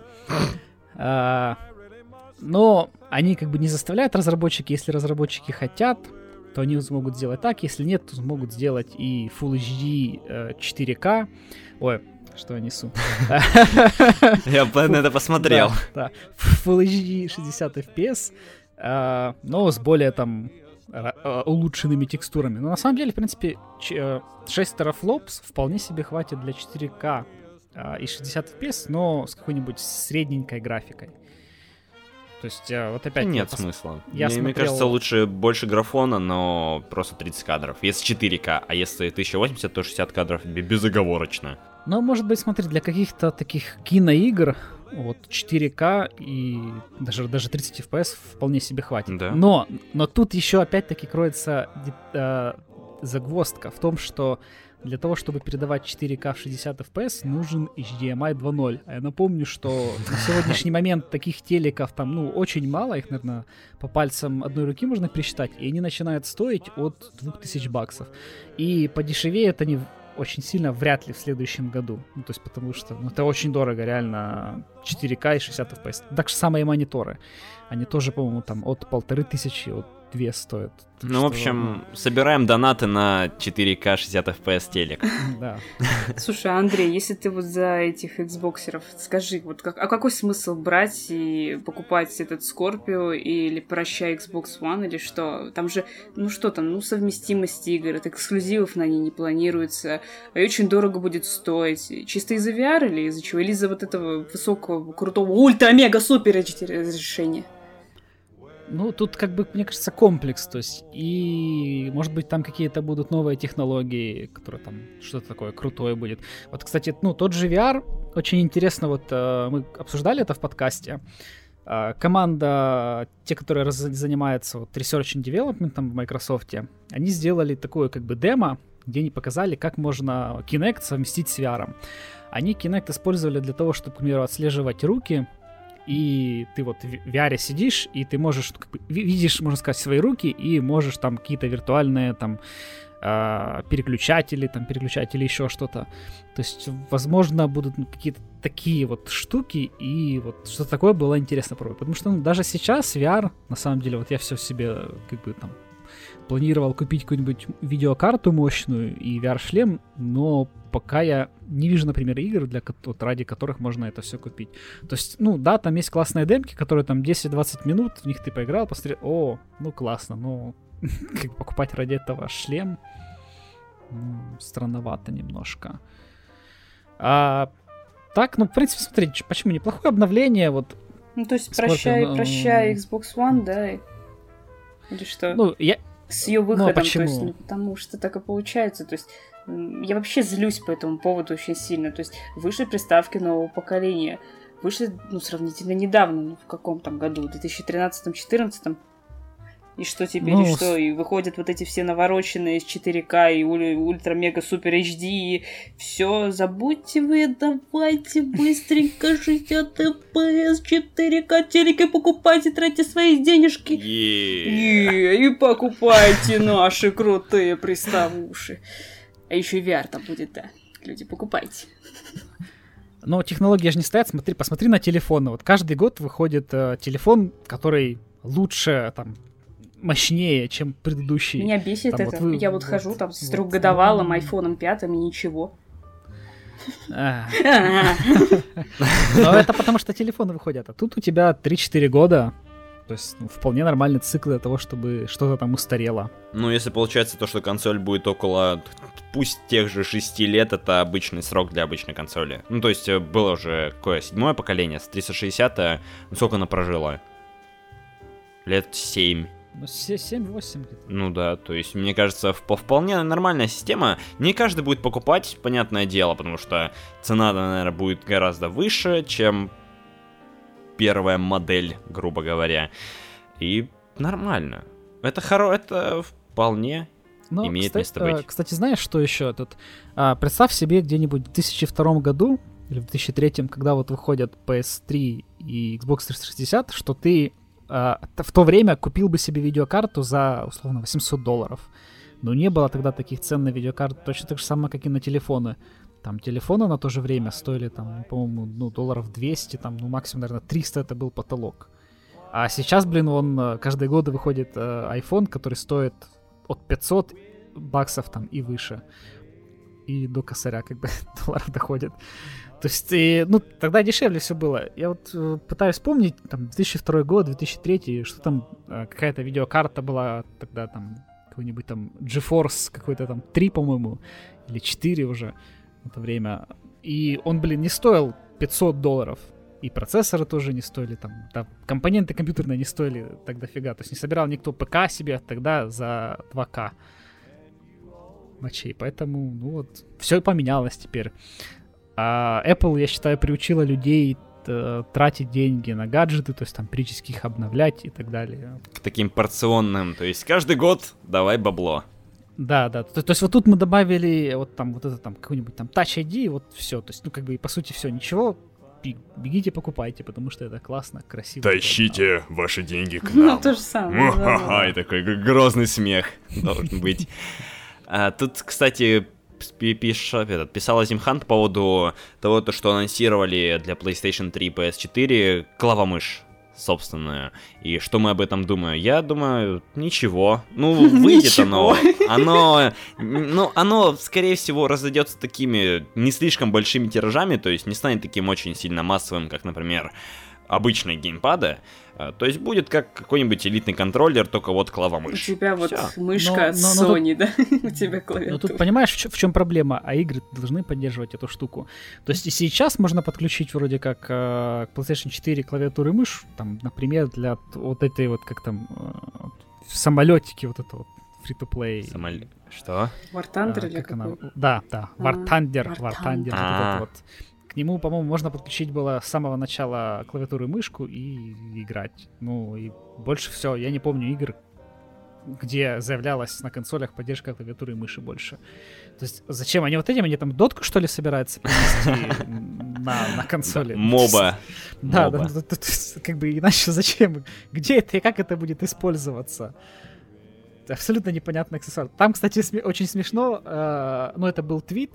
но они как бы не заставляют разработчики, если разработчики хотят, то они смогут сделать так, если нет, то смогут сделать и Full HD 4К, ой, что я несу. Я на это посмотрел. Да, Full HD 60 FPS, но с более там улучшенными текстурами. Но на самом деле, в принципе, 6 терафлопс вполне себе хватит для 4К и 60 FPS, но с какой-нибудь средненькой графикой. То есть, вот опять... Нет смысла. Я мне кажется, лучше больше графона, но просто 30 кадров. Если 4К, а если 1080, то 60 кадров безоговорочно. Ну, может быть, смотри, для каких-то таких киноигр вот 4К и даже 30 FPS вполне себе хватит. Да. Но тут еще опять-таки кроется загвоздка в том, что для того, чтобы передавать 4К в 60 FPS, нужен HDMI 2.0. А я напомню, что на сегодняшний момент таких телеков там, ну, очень мало. Их, наверное, по пальцам одной руки можно пересчитать. И они начинают стоить от $2000. И подешевеют они очень сильно вряд ли в следующем году. Ну, то есть потому что это очень дорого, реально, 4К и 60 FPS. Так же самые мониторы. Они тоже, по-моему, там от 1500, от 2 стоят. Ну, в общем, собираем донаты на 4К 60 FPS телек. Да. Слушай, Андрей, если ты вот за этих Xboxеров, скажи, вот какой смысл брать и покупать этот Scorpio или прощай Xbox One или что? Там же, совместимость игр, это эксклюзивов на ней не планируется, и очень дорого будет стоить. Чисто из-за VR или из-за чего? Или из-за вот этого высокого, крутого, ультра-мега-супер разрешения? Ну, тут, как бы, мне кажется, комплекс, то есть, и, может быть, там какие-то будут новые технологии, которые там, что-то такое крутое будет. Вот, кстати, ну, тот же VR, очень интересно, вот, мы обсуждали это в подкасте, команда, те, которые занимаются вот, research and development в Microsoft, они сделали такое, как бы, демо, где они показали, как можно Kinect совместить с VR. Они Kinect использовали для того, чтобы, к примеру, отслеживать руки, и ты вот в VR сидишь, и ты можешь, как бы, видишь, можно сказать, свои руки, и можешь там какие-то виртуальные там переключатели, еще что-то. То есть, возможно, будут какие-то такие вот штуки, и вот что-то такое было интересно пробовать. Потому что даже сейчас VR, на самом деле, вот я все себе как бы там планировал купить какую-нибудь видеокарту мощную и VR-шлем, но пока я не вижу, например, игр, вот, ради которых можно это все купить. То есть, да, там есть классные демки, которые там 10-20 минут, в них ты поиграл, посмотрел, классно, но как покупать ради этого шлем странновато немножко. Так, в принципе, смотри, почему неплохое обновление, вот. То есть прощай Xbox One, да? Или что? С ее выходом, то есть, потому что так и получается, то есть я вообще злюсь по этому поводу очень сильно, то есть вышли приставки нового поколения, вышли, сравнительно недавно, в каком там году, в 2013-2014, и что теперь, и что, и выходят вот эти все навороченные с 4К и ультра-мега-супер HD, и все, забудьте вы, давайте быстренько 60 FPS, 4К телеки покупайте, тратьте свои денежки. И покупайте наши крутые приставуши. А еще и VR там будет, да. Люди, покупайте. Но технологии же не стоят, посмотри на телефоны. Вот каждый год выходит телефон, который лучше, там, мощнее, чем предыдущий. Меня бесит там, это. Я хожу там с трехгодовалым айфоном 5 и ничего. Но это потому, что телефоны выходят. А тут у тебя 3-4 года. То есть вполне нормальный цикл для того, чтобы что-то там устарело. Если получается то, что консоль будет около, пусть тех же 6 лет, это обычный срок для обычной консоли. То есть было уже какое, 7-е поколение, с 360, сколько она прожила? Лет 7. 7-8 да, то есть, мне кажется, вполне нормальная система. Не каждый будет покупать, понятное дело, потому что цена, наверное, будет гораздо выше, чем первая модель, грубо говоря. И нормально. Это вполне имеет место быть. Кстати, знаешь, что еще тут? Представь себе где-нибудь в 2002 году или в 2003, когда вот выходят PS3 и Xbox 360, что ты в то время купил бы себе видеокарту за, условно, $800. Но не было тогда таких цен на видеокарты, точно так же самое, как и на телефоны. Там телефоны на то же время стоили, там, по-моему, $200, там, максимум, наверное, 300 это был потолок. А сейчас, каждые годы выходит iPhone, который стоит от $500 там и выше. И до косаря, как бы, долларов доходит. То есть, тогда дешевле все было. Я вот пытаюсь вспомнить, там, 2002 год, 2003, что там, какая-то видеокарта была тогда, там, какой-нибудь там GeForce какой-то там 3, по-моему, или 4 уже в это время. И он, не стоил $500. И процессоры тоже не стоили, там, компоненты компьютерные не стоили так дофига. То есть не собирал никто ПК себе тогда за 2К мочей. Поэтому, все поменялось теперь. А Apple, я считаю, приучила людей тратить деньги на гаджеты, то есть там периодически их обновлять и так далее. К таким порционным, то есть каждый год давай бабло. Да. То есть вот тут мы добавили вот это там какой-нибудь там Touch ID, вот все. То есть, и по сути все, ничего, бегите покупайте, потому что это классно, красиво. Тащите ваши деньги к нам. То же самое. И такой грозный смех должен быть. Тут, кстати, писал Азимхан по поводу того, что анонсировали для PlayStation 3 и PS4 клавомышь собственную. И что мы об этом думаем? Я думаю, ничего. Выйдет оно, скорее всего, разойдется такими не слишком большими тиражами, то есть не станет таким очень сильно массовым, как, например, обычные геймпады. То есть будет как какой-нибудь элитный контроллер, только вот клавомышь. У тебя мышка от Sony, да? У тебя клавиатура. Но тут понимаешь, в чем проблема? А игры должны поддерживать эту штуку. То есть и сейчас можно подключить вроде как к PlayStation 4 клавиатуру и мышь, там, например, для вот этой вот, как там, в самолетике вот это вот free-to-play. Что? War Thunder или какой? Да, War Thunder. Вот это вот. К нему, по-моему, можно подключить было с самого начала клавиатуру и мышку и играть. И больше все, я не помню игр, где заявлялась на консолях поддержка клавиатуры и мыши больше. То есть зачем они вот этим? Они там дотку, что ли, собираются принести на консоли? Моба. Да, как бы иначе зачем? Где это и как это будет использоваться? Абсолютно непонятный аксессуар. Там, кстати, очень смешно, ну, это был твит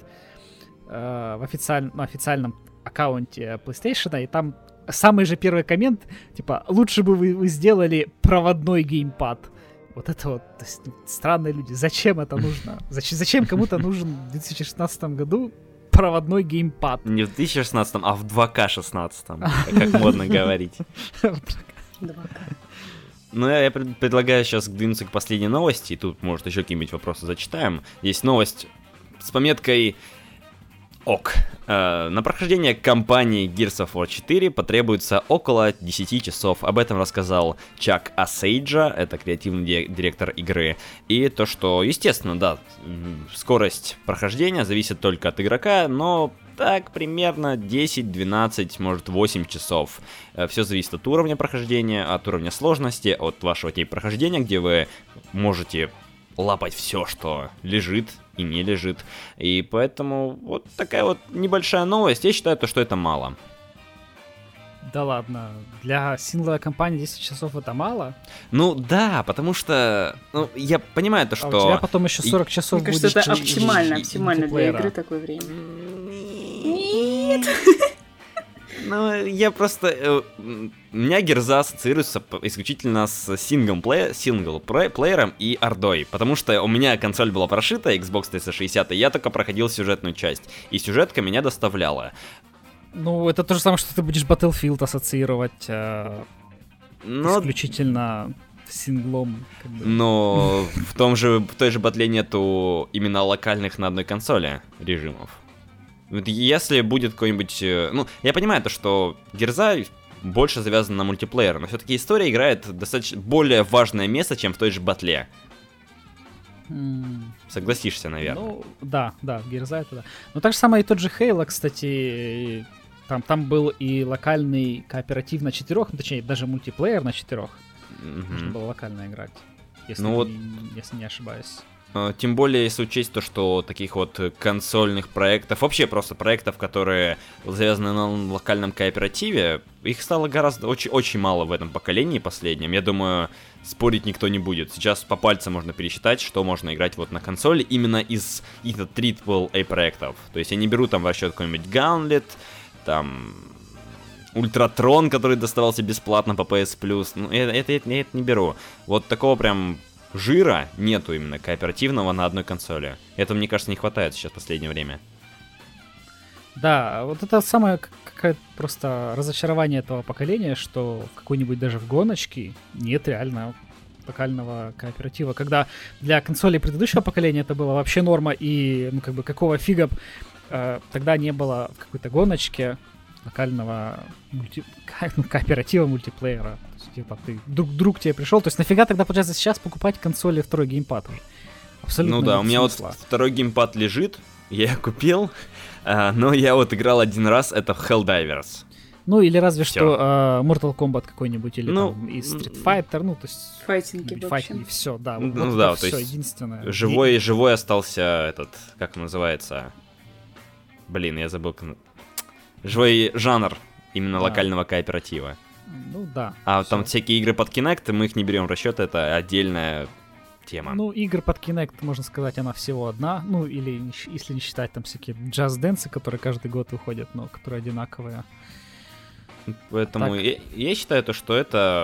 в официальном аккаунте PlayStation, и там самый же первый коммент, типа, лучше бы вы сделали проводной геймпад. Вот это вот, то есть, странные люди. Зачем это нужно? Зачем кому-то нужен в 2016 году проводной геймпад? Не в 2016, а в 2К16, как модно говорить. 2К. Ну, я предлагаю сейчас двинуться к последней новости, и тут, может, еще какие-нибудь вопросы зачитаем. Есть новость с пометкой ОК. На прохождение кампании Gears of War 4 потребуется около 10 часов. Об этом рассказал Чак Асейджа, это креативный директор игры. И то, что, естественно, да, скорость прохождения зависит только от игрока, но так примерно 10, 12, может 8 часов. Все зависит от уровня прохождения, от уровня сложности, от вашего типа прохождения, где вы можете лапать все, что лежит и не лежит. И поэтому вот такая вот небольшая новость. Я считаю, что это мало. Да ладно, для сингловой кампании 10 часов это мало? Ну да, потому что, ну, я понимаю то, что... А у тебя потом еще 40 часов будет. Мне будет... кажется, это оптимально для игры такое время. Нет! Ну, я просто... У меня Герза ассоциируется исключительно с синглплеером и ордой, потому что у меня консоль была прошита, Xbox 360, и я только проходил сюжетную часть, и сюжетка меня доставляла. Ну, это то же самое, что ты будешь Battlefield ассоциировать исключительно с синглом. Как бы. Но в той же батле нету именно локальных на одной консоли режимов. Если будет какой-нибудь... Ну, я понимаю то, что Герза больше завязана на мультиплеер, но все-таки история играет достаточно более важное место, чем в той же батле. Согласишься, наверное. Ну, да, Герза это да. Но так же самое и тот же Halo, кстати, там был и локальный кооператив на 4, ну, точнее, даже мультиплеер на 4. Можно было локально играть, если не ошибаюсь. Тем более, если учесть то, что таких вот консольных проектов, вообще просто проектов, которые завязаны на локальном кооперативе, их стало гораздо, очень мало в этом поколении последнем. Я думаю, спорить никто не будет. Сейчас по пальцам можно пересчитать, что можно играть вот на консоли именно из AAA проектов. То есть я не беру там в расчет какой-нибудь Gauntlet, там... Ультратрон, который доставался бесплатно по PS Plus. Ну, это не беру. Вот такого прям... жира нету именно кооперативного на одной консоли. Этого, мне кажется, не хватает сейчас в последнее время. Да, вот это самое какое-то просто разочарование этого поколения, что в какой-нибудь даже в гоночке нет реально локального кооператива. Когда для консолей предыдущего поколения это было вообще норма, и ну как бы какого фига тогда не было в какой-то гоночке локального кооператива мультиплеера. То есть, типа, ты друг тебе пришел. То есть нафига тогда, получается, сейчас покупать консоли второй геймпад? Абсолютно. Ну да, у меня смысла. вот второй геймпад лежит, я его купил, но я вот играл один раз, это в Helldivers. Ну или разве что Mortal Kombat какой-нибудь, или там и Street Fighter, ну то есть... Файтинги, в общем. Все, да. Ну вот да, все, то есть единственное. живой остался этот, как он называется? Блин, я забыл. Живой жанр именно локального кооператива. Ну да. А там всякие игры под Kinect, мы их не берем в расчет, это отдельная тема. Ну, игр под Kinect, можно сказать, она всего одна. Ну, или если не считать там всякие джаз-дэнсы, которые каждый год выходят, но которые одинаковые. Поэтому я считаю, что это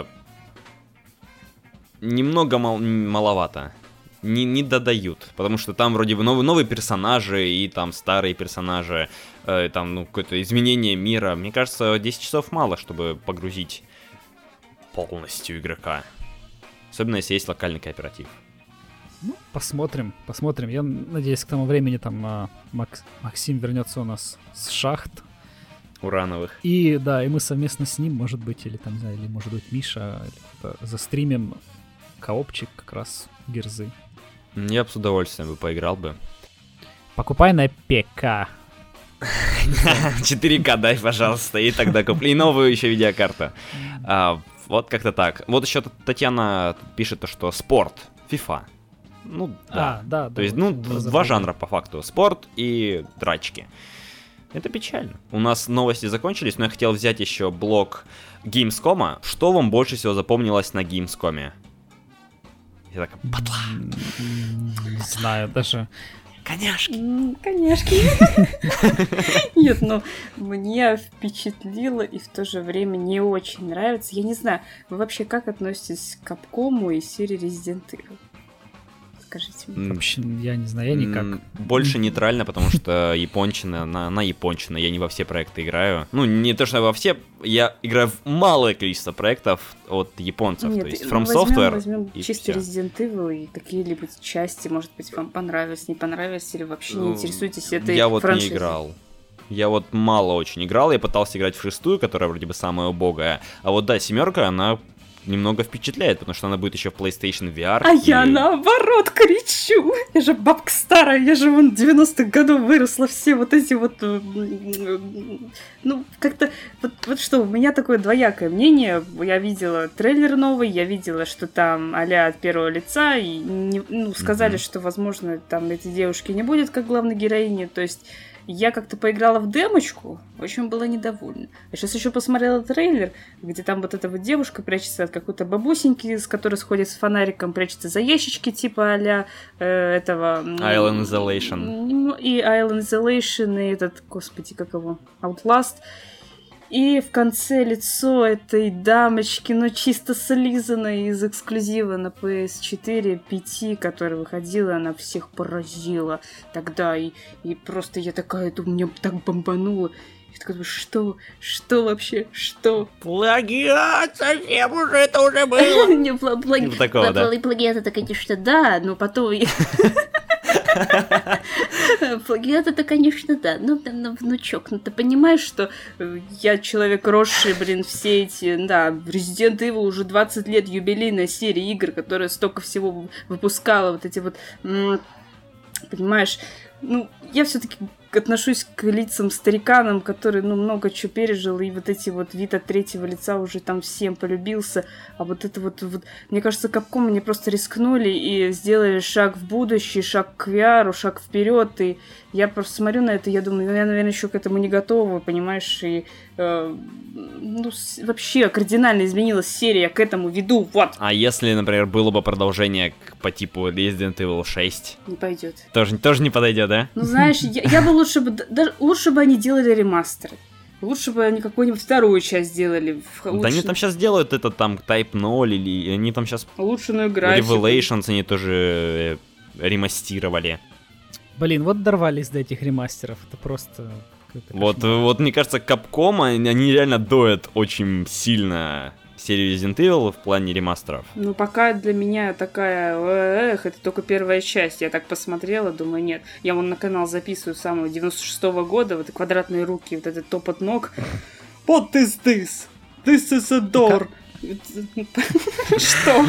немного маловато. Не додают, потому что там вроде бы новые персонажи и там старые персонажи, там ну, какое-то изменение мира. Мне кажется, 10 часов мало, чтобы погрузить полностью игрока. Особенно если есть локальный кооператив. Ну, посмотрим. Я надеюсь, к тому времени там Максим вернется у нас с шахт урановых. И да, и мы совместно с ним, может быть, или там, не знаю, или может быть Миша, застримим коопчик как раз Герзы. Я бы с удовольствием поиграл бы. Покупай на ПК. 4К дай, пожалуйста, и тогда купи. И новую еще видеокарту. Вот как-то так. Вот еще Татьяна пишет, что спорт. FIFA. Ну, да. Да. То есть, два жанра по факту. Спорт и драчки. Это печально. У нас новости закончились, но я хотел взять еще блок Gamescom. Что вам больше всего запомнилось на Gamescom? Я такая, батла. Не знаю, даже... Коняшки. Коняшки. Нет, мне впечатлило и в то же время не очень нравится. Я не знаю, вы вообще как относитесь к Capcom и серии Resident Evil? Скажите мне. Вообще, я не знаю, я никак. Больше нейтрально, потому что япончина, она япончина, я не во все проекты играю. Ну, не то, что во все, я играю в малое количество проектов от японцев, Нет, то есть From Software. Возьмем чисто Resident Evil и какие-либо части, может быть, вам понравились, не понравились, или вообще не интересуетесь этой Я вот франшизой? не играл. Я вот мало очень играл, я пытался играть в 6-ю, которая вроде бы самая убогая. А вот да, 7-ка, она немного впечатляет, потому что она будет еще в PlayStation VR. А я наоборот кричу. Я же бабка старая, я же вон 90-х годов выросла, все вот эти вот... Ну, как-то... Вот что, у меня такое двоякое мнение. Я видела трейлер новый, я видела, что там а-ля от первого лица, и сказали, что, возможно, там этой девушки не будет как главной героини, то есть... Я как-то поиграла в демочку, очень была недовольна. А сейчас еще посмотрела трейлер, где там вот эта вот девушка прячется от какой-то бабусеньки, с которой сходит с фонариком, прячется за ящички типа а-ля этого... Island Isolation. И Island Isolation, и этот, господи, как его, Outlast. И в конце лицо этой дамочки, чисто слизанной из эксклюзива на PS4 5, которая выходила, она всех поразила тогда. И просто я такая, это меня так бомбануло. Я такая, что вообще, что? Плагиат, совсем уже, это уже было. Плагиат это, конечно, да, но потом... Плагиат это, конечно, да. Внучок, ты понимаешь, что я человек росший, все эти, да, Resident Evil уже 20 лет, юбилейная серия игр, которая столько всего выпускала, вот эти вот, понимаешь, я все-таки отношусь к лицам стариканам, которые, много чего пережил, и вот эти вот вид от третьего лица уже там всем полюбился, а вот это вот мне кажется, Capcom они просто рискнули и сделали шаг в будущее, шаг к VR, шаг вперед, и я просто смотрю на это, я думаю, я, наверное, еще к этому не готова, понимаешь, и вообще кардинально изменилась серия, я к этому веду, вот. А если, например, было бы продолжение по типу Resident Evil 6? Не пойдет. Тоже не подойдет, да? Знаешь, я бы лучше бы они делали ремастеры. Лучше бы они какую-нибудь вторую часть сделали. Да они там сейчас делают это там Type 0, или они там сейчас... Улучшенную графику. Revelations они тоже ремастировали. Блин, вот дорвались до этих ремастеров. Это просто... Вот мне кажется, Capcom, они реально доят очень сильно серию Resident Evil в плане ремастеров. Пока для меня такая, это только первая часть. Я так посмотрела, думаю, нет. Я вон на канал записываю самого 96-го года, вот квадратные руки, вот этот топот ног. What is this? This is a door. Что?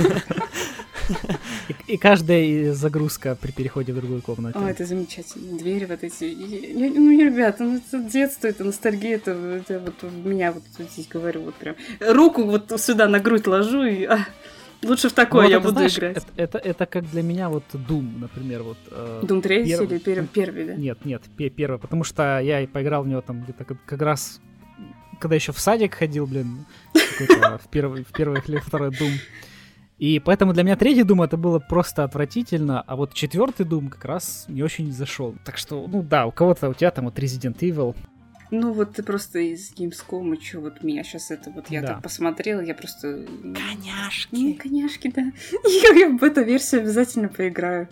И каждая загрузка при переходе в другую комнату. О, это замечательно. Двери вот эти. Ребята, это детство, это ностальгия, это вот у меня вот здесь говорю, вот прям. Руку вот сюда на грудь ложу и... лучше в такое я буду играть. Это как для меня вот Doom, например, вот. Doom 3 или первый, да? Нет, первый, потому что я поиграл в него там где-то как раз, когда еще в садик ходил, в первый или второй Doom. И поэтому для меня третий Doom это было просто отвратительно, а вот четвертый Doom как раз не очень зашел. Так что, у тебя там вот Resident Evil. Вот ты просто из Gamescom, и что, вот меня сейчас это вот, я так посмотрела, я просто... Коняшки. Коняшки, да. Я в эту версию обязательно поиграю.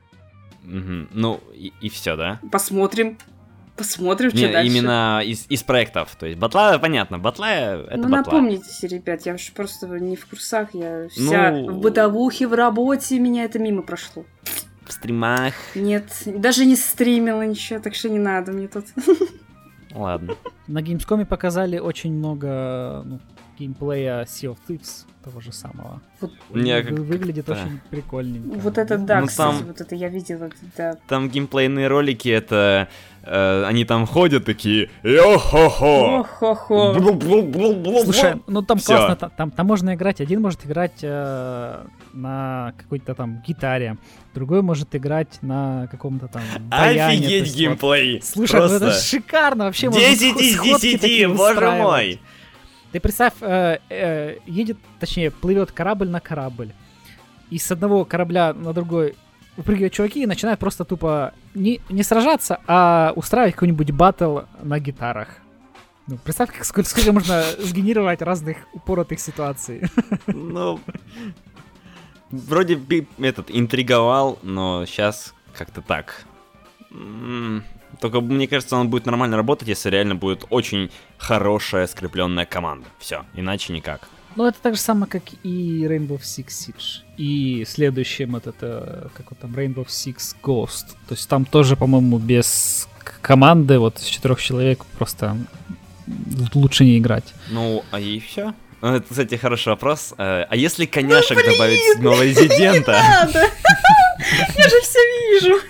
И все, да? Посмотрим, что дальше. Именно из проектов. То есть батла, понятно, батла это батла. Напомните, ребят, я же просто не в курсах, я вся в бытовухе, в работе, меня это мимо прошло. В стримах. Нет, даже не стримила ничего, так что не надо мне тут. Ладно. На Gamescom показали очень много геймплея Sea of Thieves, того же самого. Вот, выглядит да. очень прикольненько. вот это да, Ну, кстати, там- вот это я видела, да. Там геймплейные ролики, это... они там ходят такие... Йо-хо-хо! Ох-хо-хо. Бл-бл-бл-бл-бл. Слушай, ну там Всё. классно, там можно играть, один может играть на какой-то там гитаре, другой может играть на каком-то там баяне. то Офигеть есть вот. геймплей! Слушай, ну это Просто шикарно, вообще можно 10 из сходки 10, такие боже устраивать. мой! Ты представь, едет, точнее, плывет корабль на корабль, и с одного корабля на другой выпрыгивают чуваки и начинают просто тупо не сражаться, а устраивать какой-нибудь баттл на гитарах. Ну, представь, сколько можно сгенерировать разных упоротых ситуаций. Ну... Вроде бы интриговал, но сейчас как-то так. Только мне кажется, он будет нормально работать, если реально будет очень хорошая скрепленная команда. Все, иначе никак. Ну, это так же самое, как и Rainbow Six Siege. И следующим это, как вот там, Rainbow Six Ghost. То есть там тоже, по-моему, без команды, вот, из 4 человек просто лучше не играть. Ну, а и все. Это, кстати, хороший вопрос. А если коняшек добавить с нового резидента? Надо! Я же все вижу!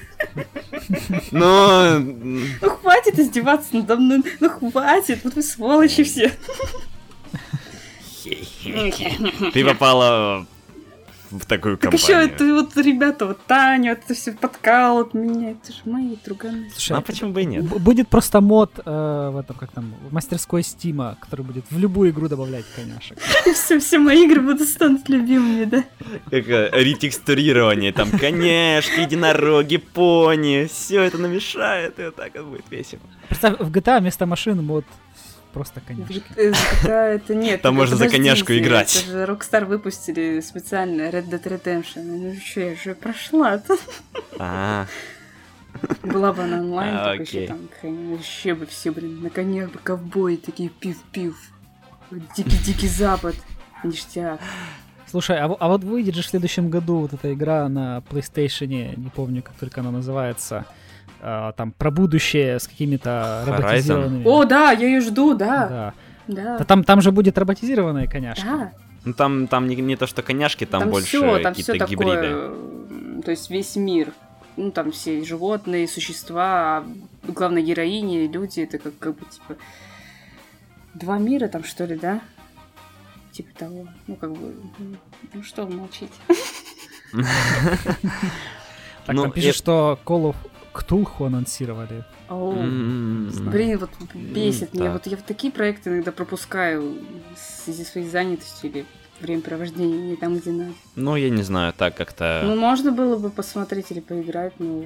Ну, Ну хватит издеваться надо мной, ну хватит, вот вы сволочи все. ты попала в такую Так еще компанию. это вот ребята, вот Таня, вот это все подкалывают меня, это же мои друганы. Слушай, А почему бы и нет? будет просто мод в этом, как там, в мастерской Стима, который будет в любую игру добавлять коняшек. Все мои игры будут станут любимыми, да? Как ретекстурирование, там коняшки, единороги, пони, все это намешает, и вот так вот будет весело. Представь, в GTA вместо машин мод просто коняшки. Это нет. Там можно за подождите, коняшку играть. Это же Rockstar выпустили специально Red Dead Redemption. Ну что, я же прошла-то. А, Была бы она онлайн, А, так еще окей. там, вообще бы все, блин, на конях бы ковбои такие пив-пив. Дикий-дикий запад. Ништяк. Слушай, а вот выйдет же в следующем году вот эта игра на PlayStation, не помню, как только она называется, там про будущее с какими-то Horizon? роботизированными... О, да, я ее жду, да. Да. Да. Там же будет роботизированная коняшка. Да. ну там не то, что коняшки, там больше всё, там какие-то всё гибриды. такое, то есть весь мир. Ну, там все животные, существа, а главной героини, люди, это как бы, типа, 2 мира там, что ли, да? Типа того. Ну, как бы, ну что вы молчите? Так, Ну, там пишет, что Call of Cthulhu анонсировали. Оу. Не знаю. Блин, вот бесит меня. так. Вот я вот такие проекты иногда пропускаю в связи с своей занятостью или времяпровождения не там, где надо. Ну, я не знаю, так как-то... Ну, можно было бы посмотреть или поиграть, но...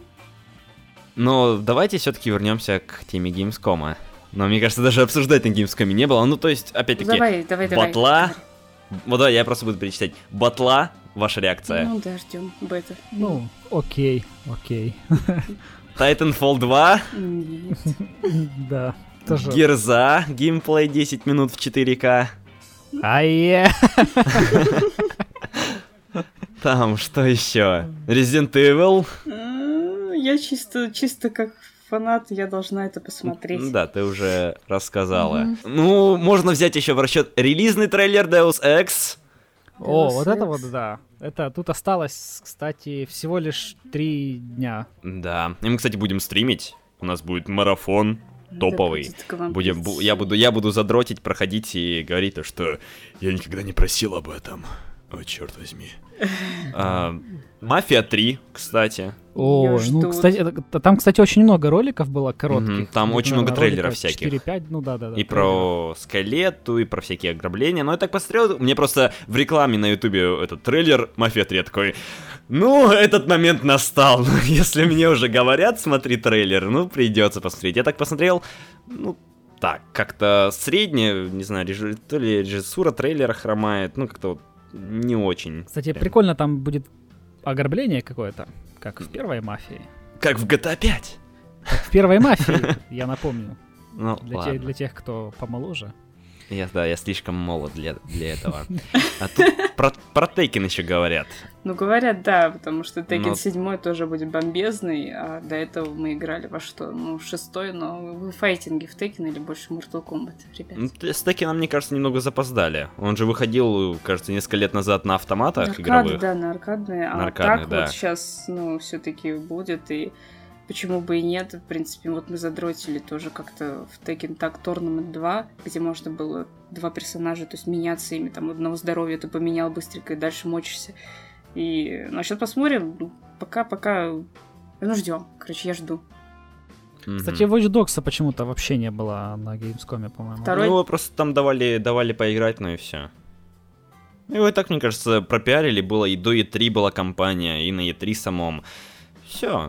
Но давайте все-таки вернемся к теме Gamescom. Но мне кажется, даже обсуждать на Gamescom не было. Ну, то есть, опять-таки, Давай. батла. Вот да, я просто буду перечислять. Батла, ваша реакция. Ну да, ждем бета. Ну, окей. Titanfall 2, Нет. Да. Тоже. Герза, геймплей 10 минут в 4К. Ае. Там, что еще? Resident Evil. Я чисто как фанат, я должна это посмотреть. Да, ты уже рассказала. Ну, можно взять еще в расчет релизный трейлер Deus Ex. О, Deus вот это Ex. вот, да. Это тут осталось, кстати, всего лишь 3 дня. Да. И мы, кстати, будем стримить. У нас будет марафон топовый. Да будет к вам Будем, прийти. я буду задротить, проходить и говорить то, что я никогда не просил об этом. О, черт возьми. Мафия 3, кстати. О, Её ну, ждут. кстати, там, кстати, очень много роликов было коротких. Мгм, там очень Наверное, много трейлеров роликов всяких. 4-5, ну да. И трейлеров. про Скелетту, и про всякие ограбления. Но я так посмотрел, мне просто в рекламе на ютубе этот трейлер Мафия 3 я такой... Ну, этот момент настал. Ну, если мне уже говорят, смотри трейлер, ну, придется посмотреть. Я так посмотрел, ну, так, как-то среднее, не знаю, то ли режиссура трейлера хромает, ну, как-то вот не очень. Кстати, Прям. прикольно, там будет ограбление какое-то, как в первой мафии. Как в GTA 5. Как в первой мафии, я напомню. Ну, Для ладно. тех, кто помоложе. Я слишком молод для этого. А тут про Tekken еще говорят. Ну, говорят, да, потому что Tekken 7 тоже будет бомбезный, а до этого мы играли во что? Ну, 6-й, но вы файтинги в Tekken или больше Mortal Kombat, ребят? Ну, с Tekken, мне кажется, немного запоздали. Он же выходил, кажется, несколько лет назад на автоматах игровых. Да, на аркадные. На аркадных, так вот сейчас, ну, все-таки будет, и почему бы и нет. В принципе, вот мы задротили тоже как-то в Tekken Tag Tournament 2, где можно было 2 персонажа, то есть меняться ими, там, одного здоровья ты поменял быстренько и дальше мочишься. И, ну, а сейчас посмотрим. Пока, ну, ждем. Короче, я жду. Кстати, Watch Dogs почему-то вообще не было на Gamescom, по-моему. Ну, просто там давали поиграть, ну и все. Его и так, мне кажется, пропиарили. Было и до E3 была кампания, и на E3 самом. Все.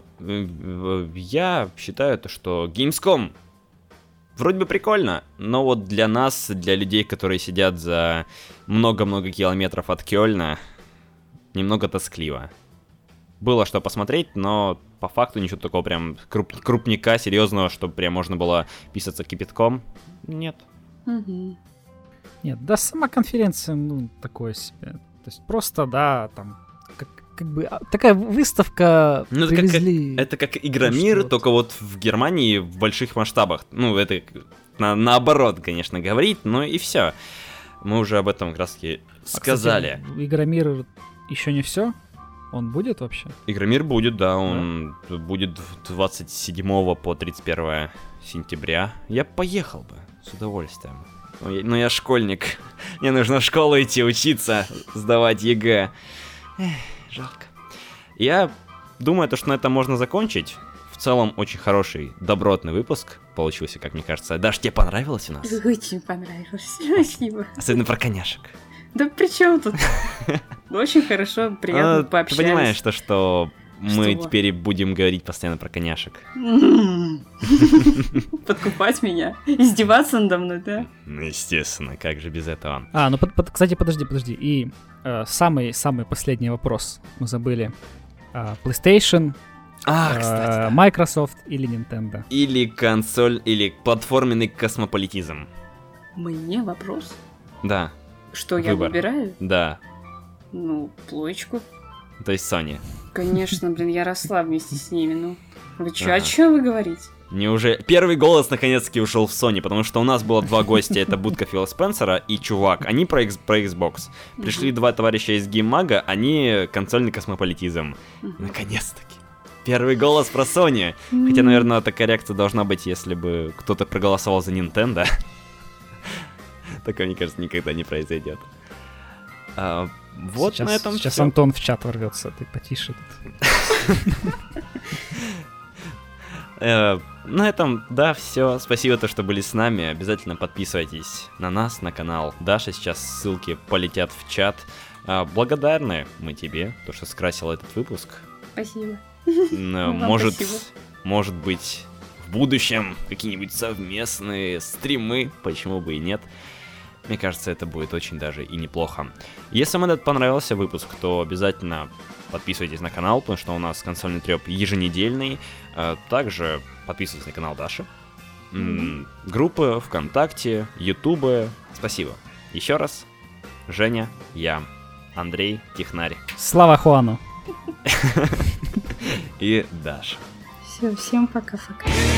Я считаю, что Gamescom вроде бы прикольно, но вот для нас, для людей, которые сидят за много-много километров от Кёльна, немного тоскливо. Было что посмотреть, но по факту ничего такого прям крупника, серьезного, чтобы прям можно было писаться кипятком, нет. Угу. Нет, да, сама конференция, ну, такое себе. То есть просто, да, там, как бы такая выставка привезли. Это как Игромир, только вот в Германии в больших масштабах. Ну, это наоборот, конечно, говорить, но и все. Мы уже об этом как раз таки сказали. Кстати, Игромир еще не все? Он будет вообще? Игромир будет, да, он будет 27 по 31 сентября. Я поехал бы с удовольствием. Но я школьник. Мне нужно в школу идти учиться, сдавать ЕГЭ. Эх, жалко. Я думаю, что на этом можно закончить. В целом, очень хороший, добротный выпуск получился, как мне кажется. Даш, тебе понравилось у нас? Очень понравилось, спасибо. Особенно про коняшек. Да при чем тут? Очень хорошо, приятно пообщались. Ты понимаешь, что мы теперь будем говорить постоянно про коняшек? Подкупать меня? Издеваться надо мной, да? Ну, естественно, как же без этого? Ну, кстати, подожди. И самый последний вопрос мы забыли. PlayStation, кстати, Microsoft или Nintendo? Или консоль, или платформенный космополитизм. Мне вопрос? Да. Что, я выбираю? Да. Ну, плоечку. То есть Sony. Конечно, блин, я росла вместе с ними, ну. Вы чё, о чём вы говорите? Неужели? Первый голос наконец-таки ушел в Sony, потому что у нас было 2 гостя, это будка Фила Спенсера и чувак. Они про Xbox. Пришли 2 товарища из GameMag, они консольный космополитизм. Наконец-таки. Первый голос про Sony. Хотя, наверное, такая реакция должна быть, если бы кто-то проголосовал за Nintendo. Такое, мне кажется, никогда не произойдет. Вот сейчас, на этом сейчас всё. Антон в чат ворвется, ты потише На этом, да, все. Спасибо, что были с нами. Обязательно подписывайтесь на нас, на канал. Даша, сейчас ссылки полетят в чат. Благодарны мы тебе, что скрасила этот выпуск. Спасибо. Может быть, в будущем какие-нибудь совместные стримы, почему бы и нет. Мне кажется, это будет очень даже и неплохо. Если вам этот понравился выпуск, то обязательно подписывайтесь на канал, потому что у нас консольный трёп еженедельный. Также подписывайтесь на канал Даши. Группы ВКонтакте, Ютубы. Спасибо. Еще раз. Женя, я, Андрей, Технарь. Слава Хуану. И Даша. Все, всем пока-пока.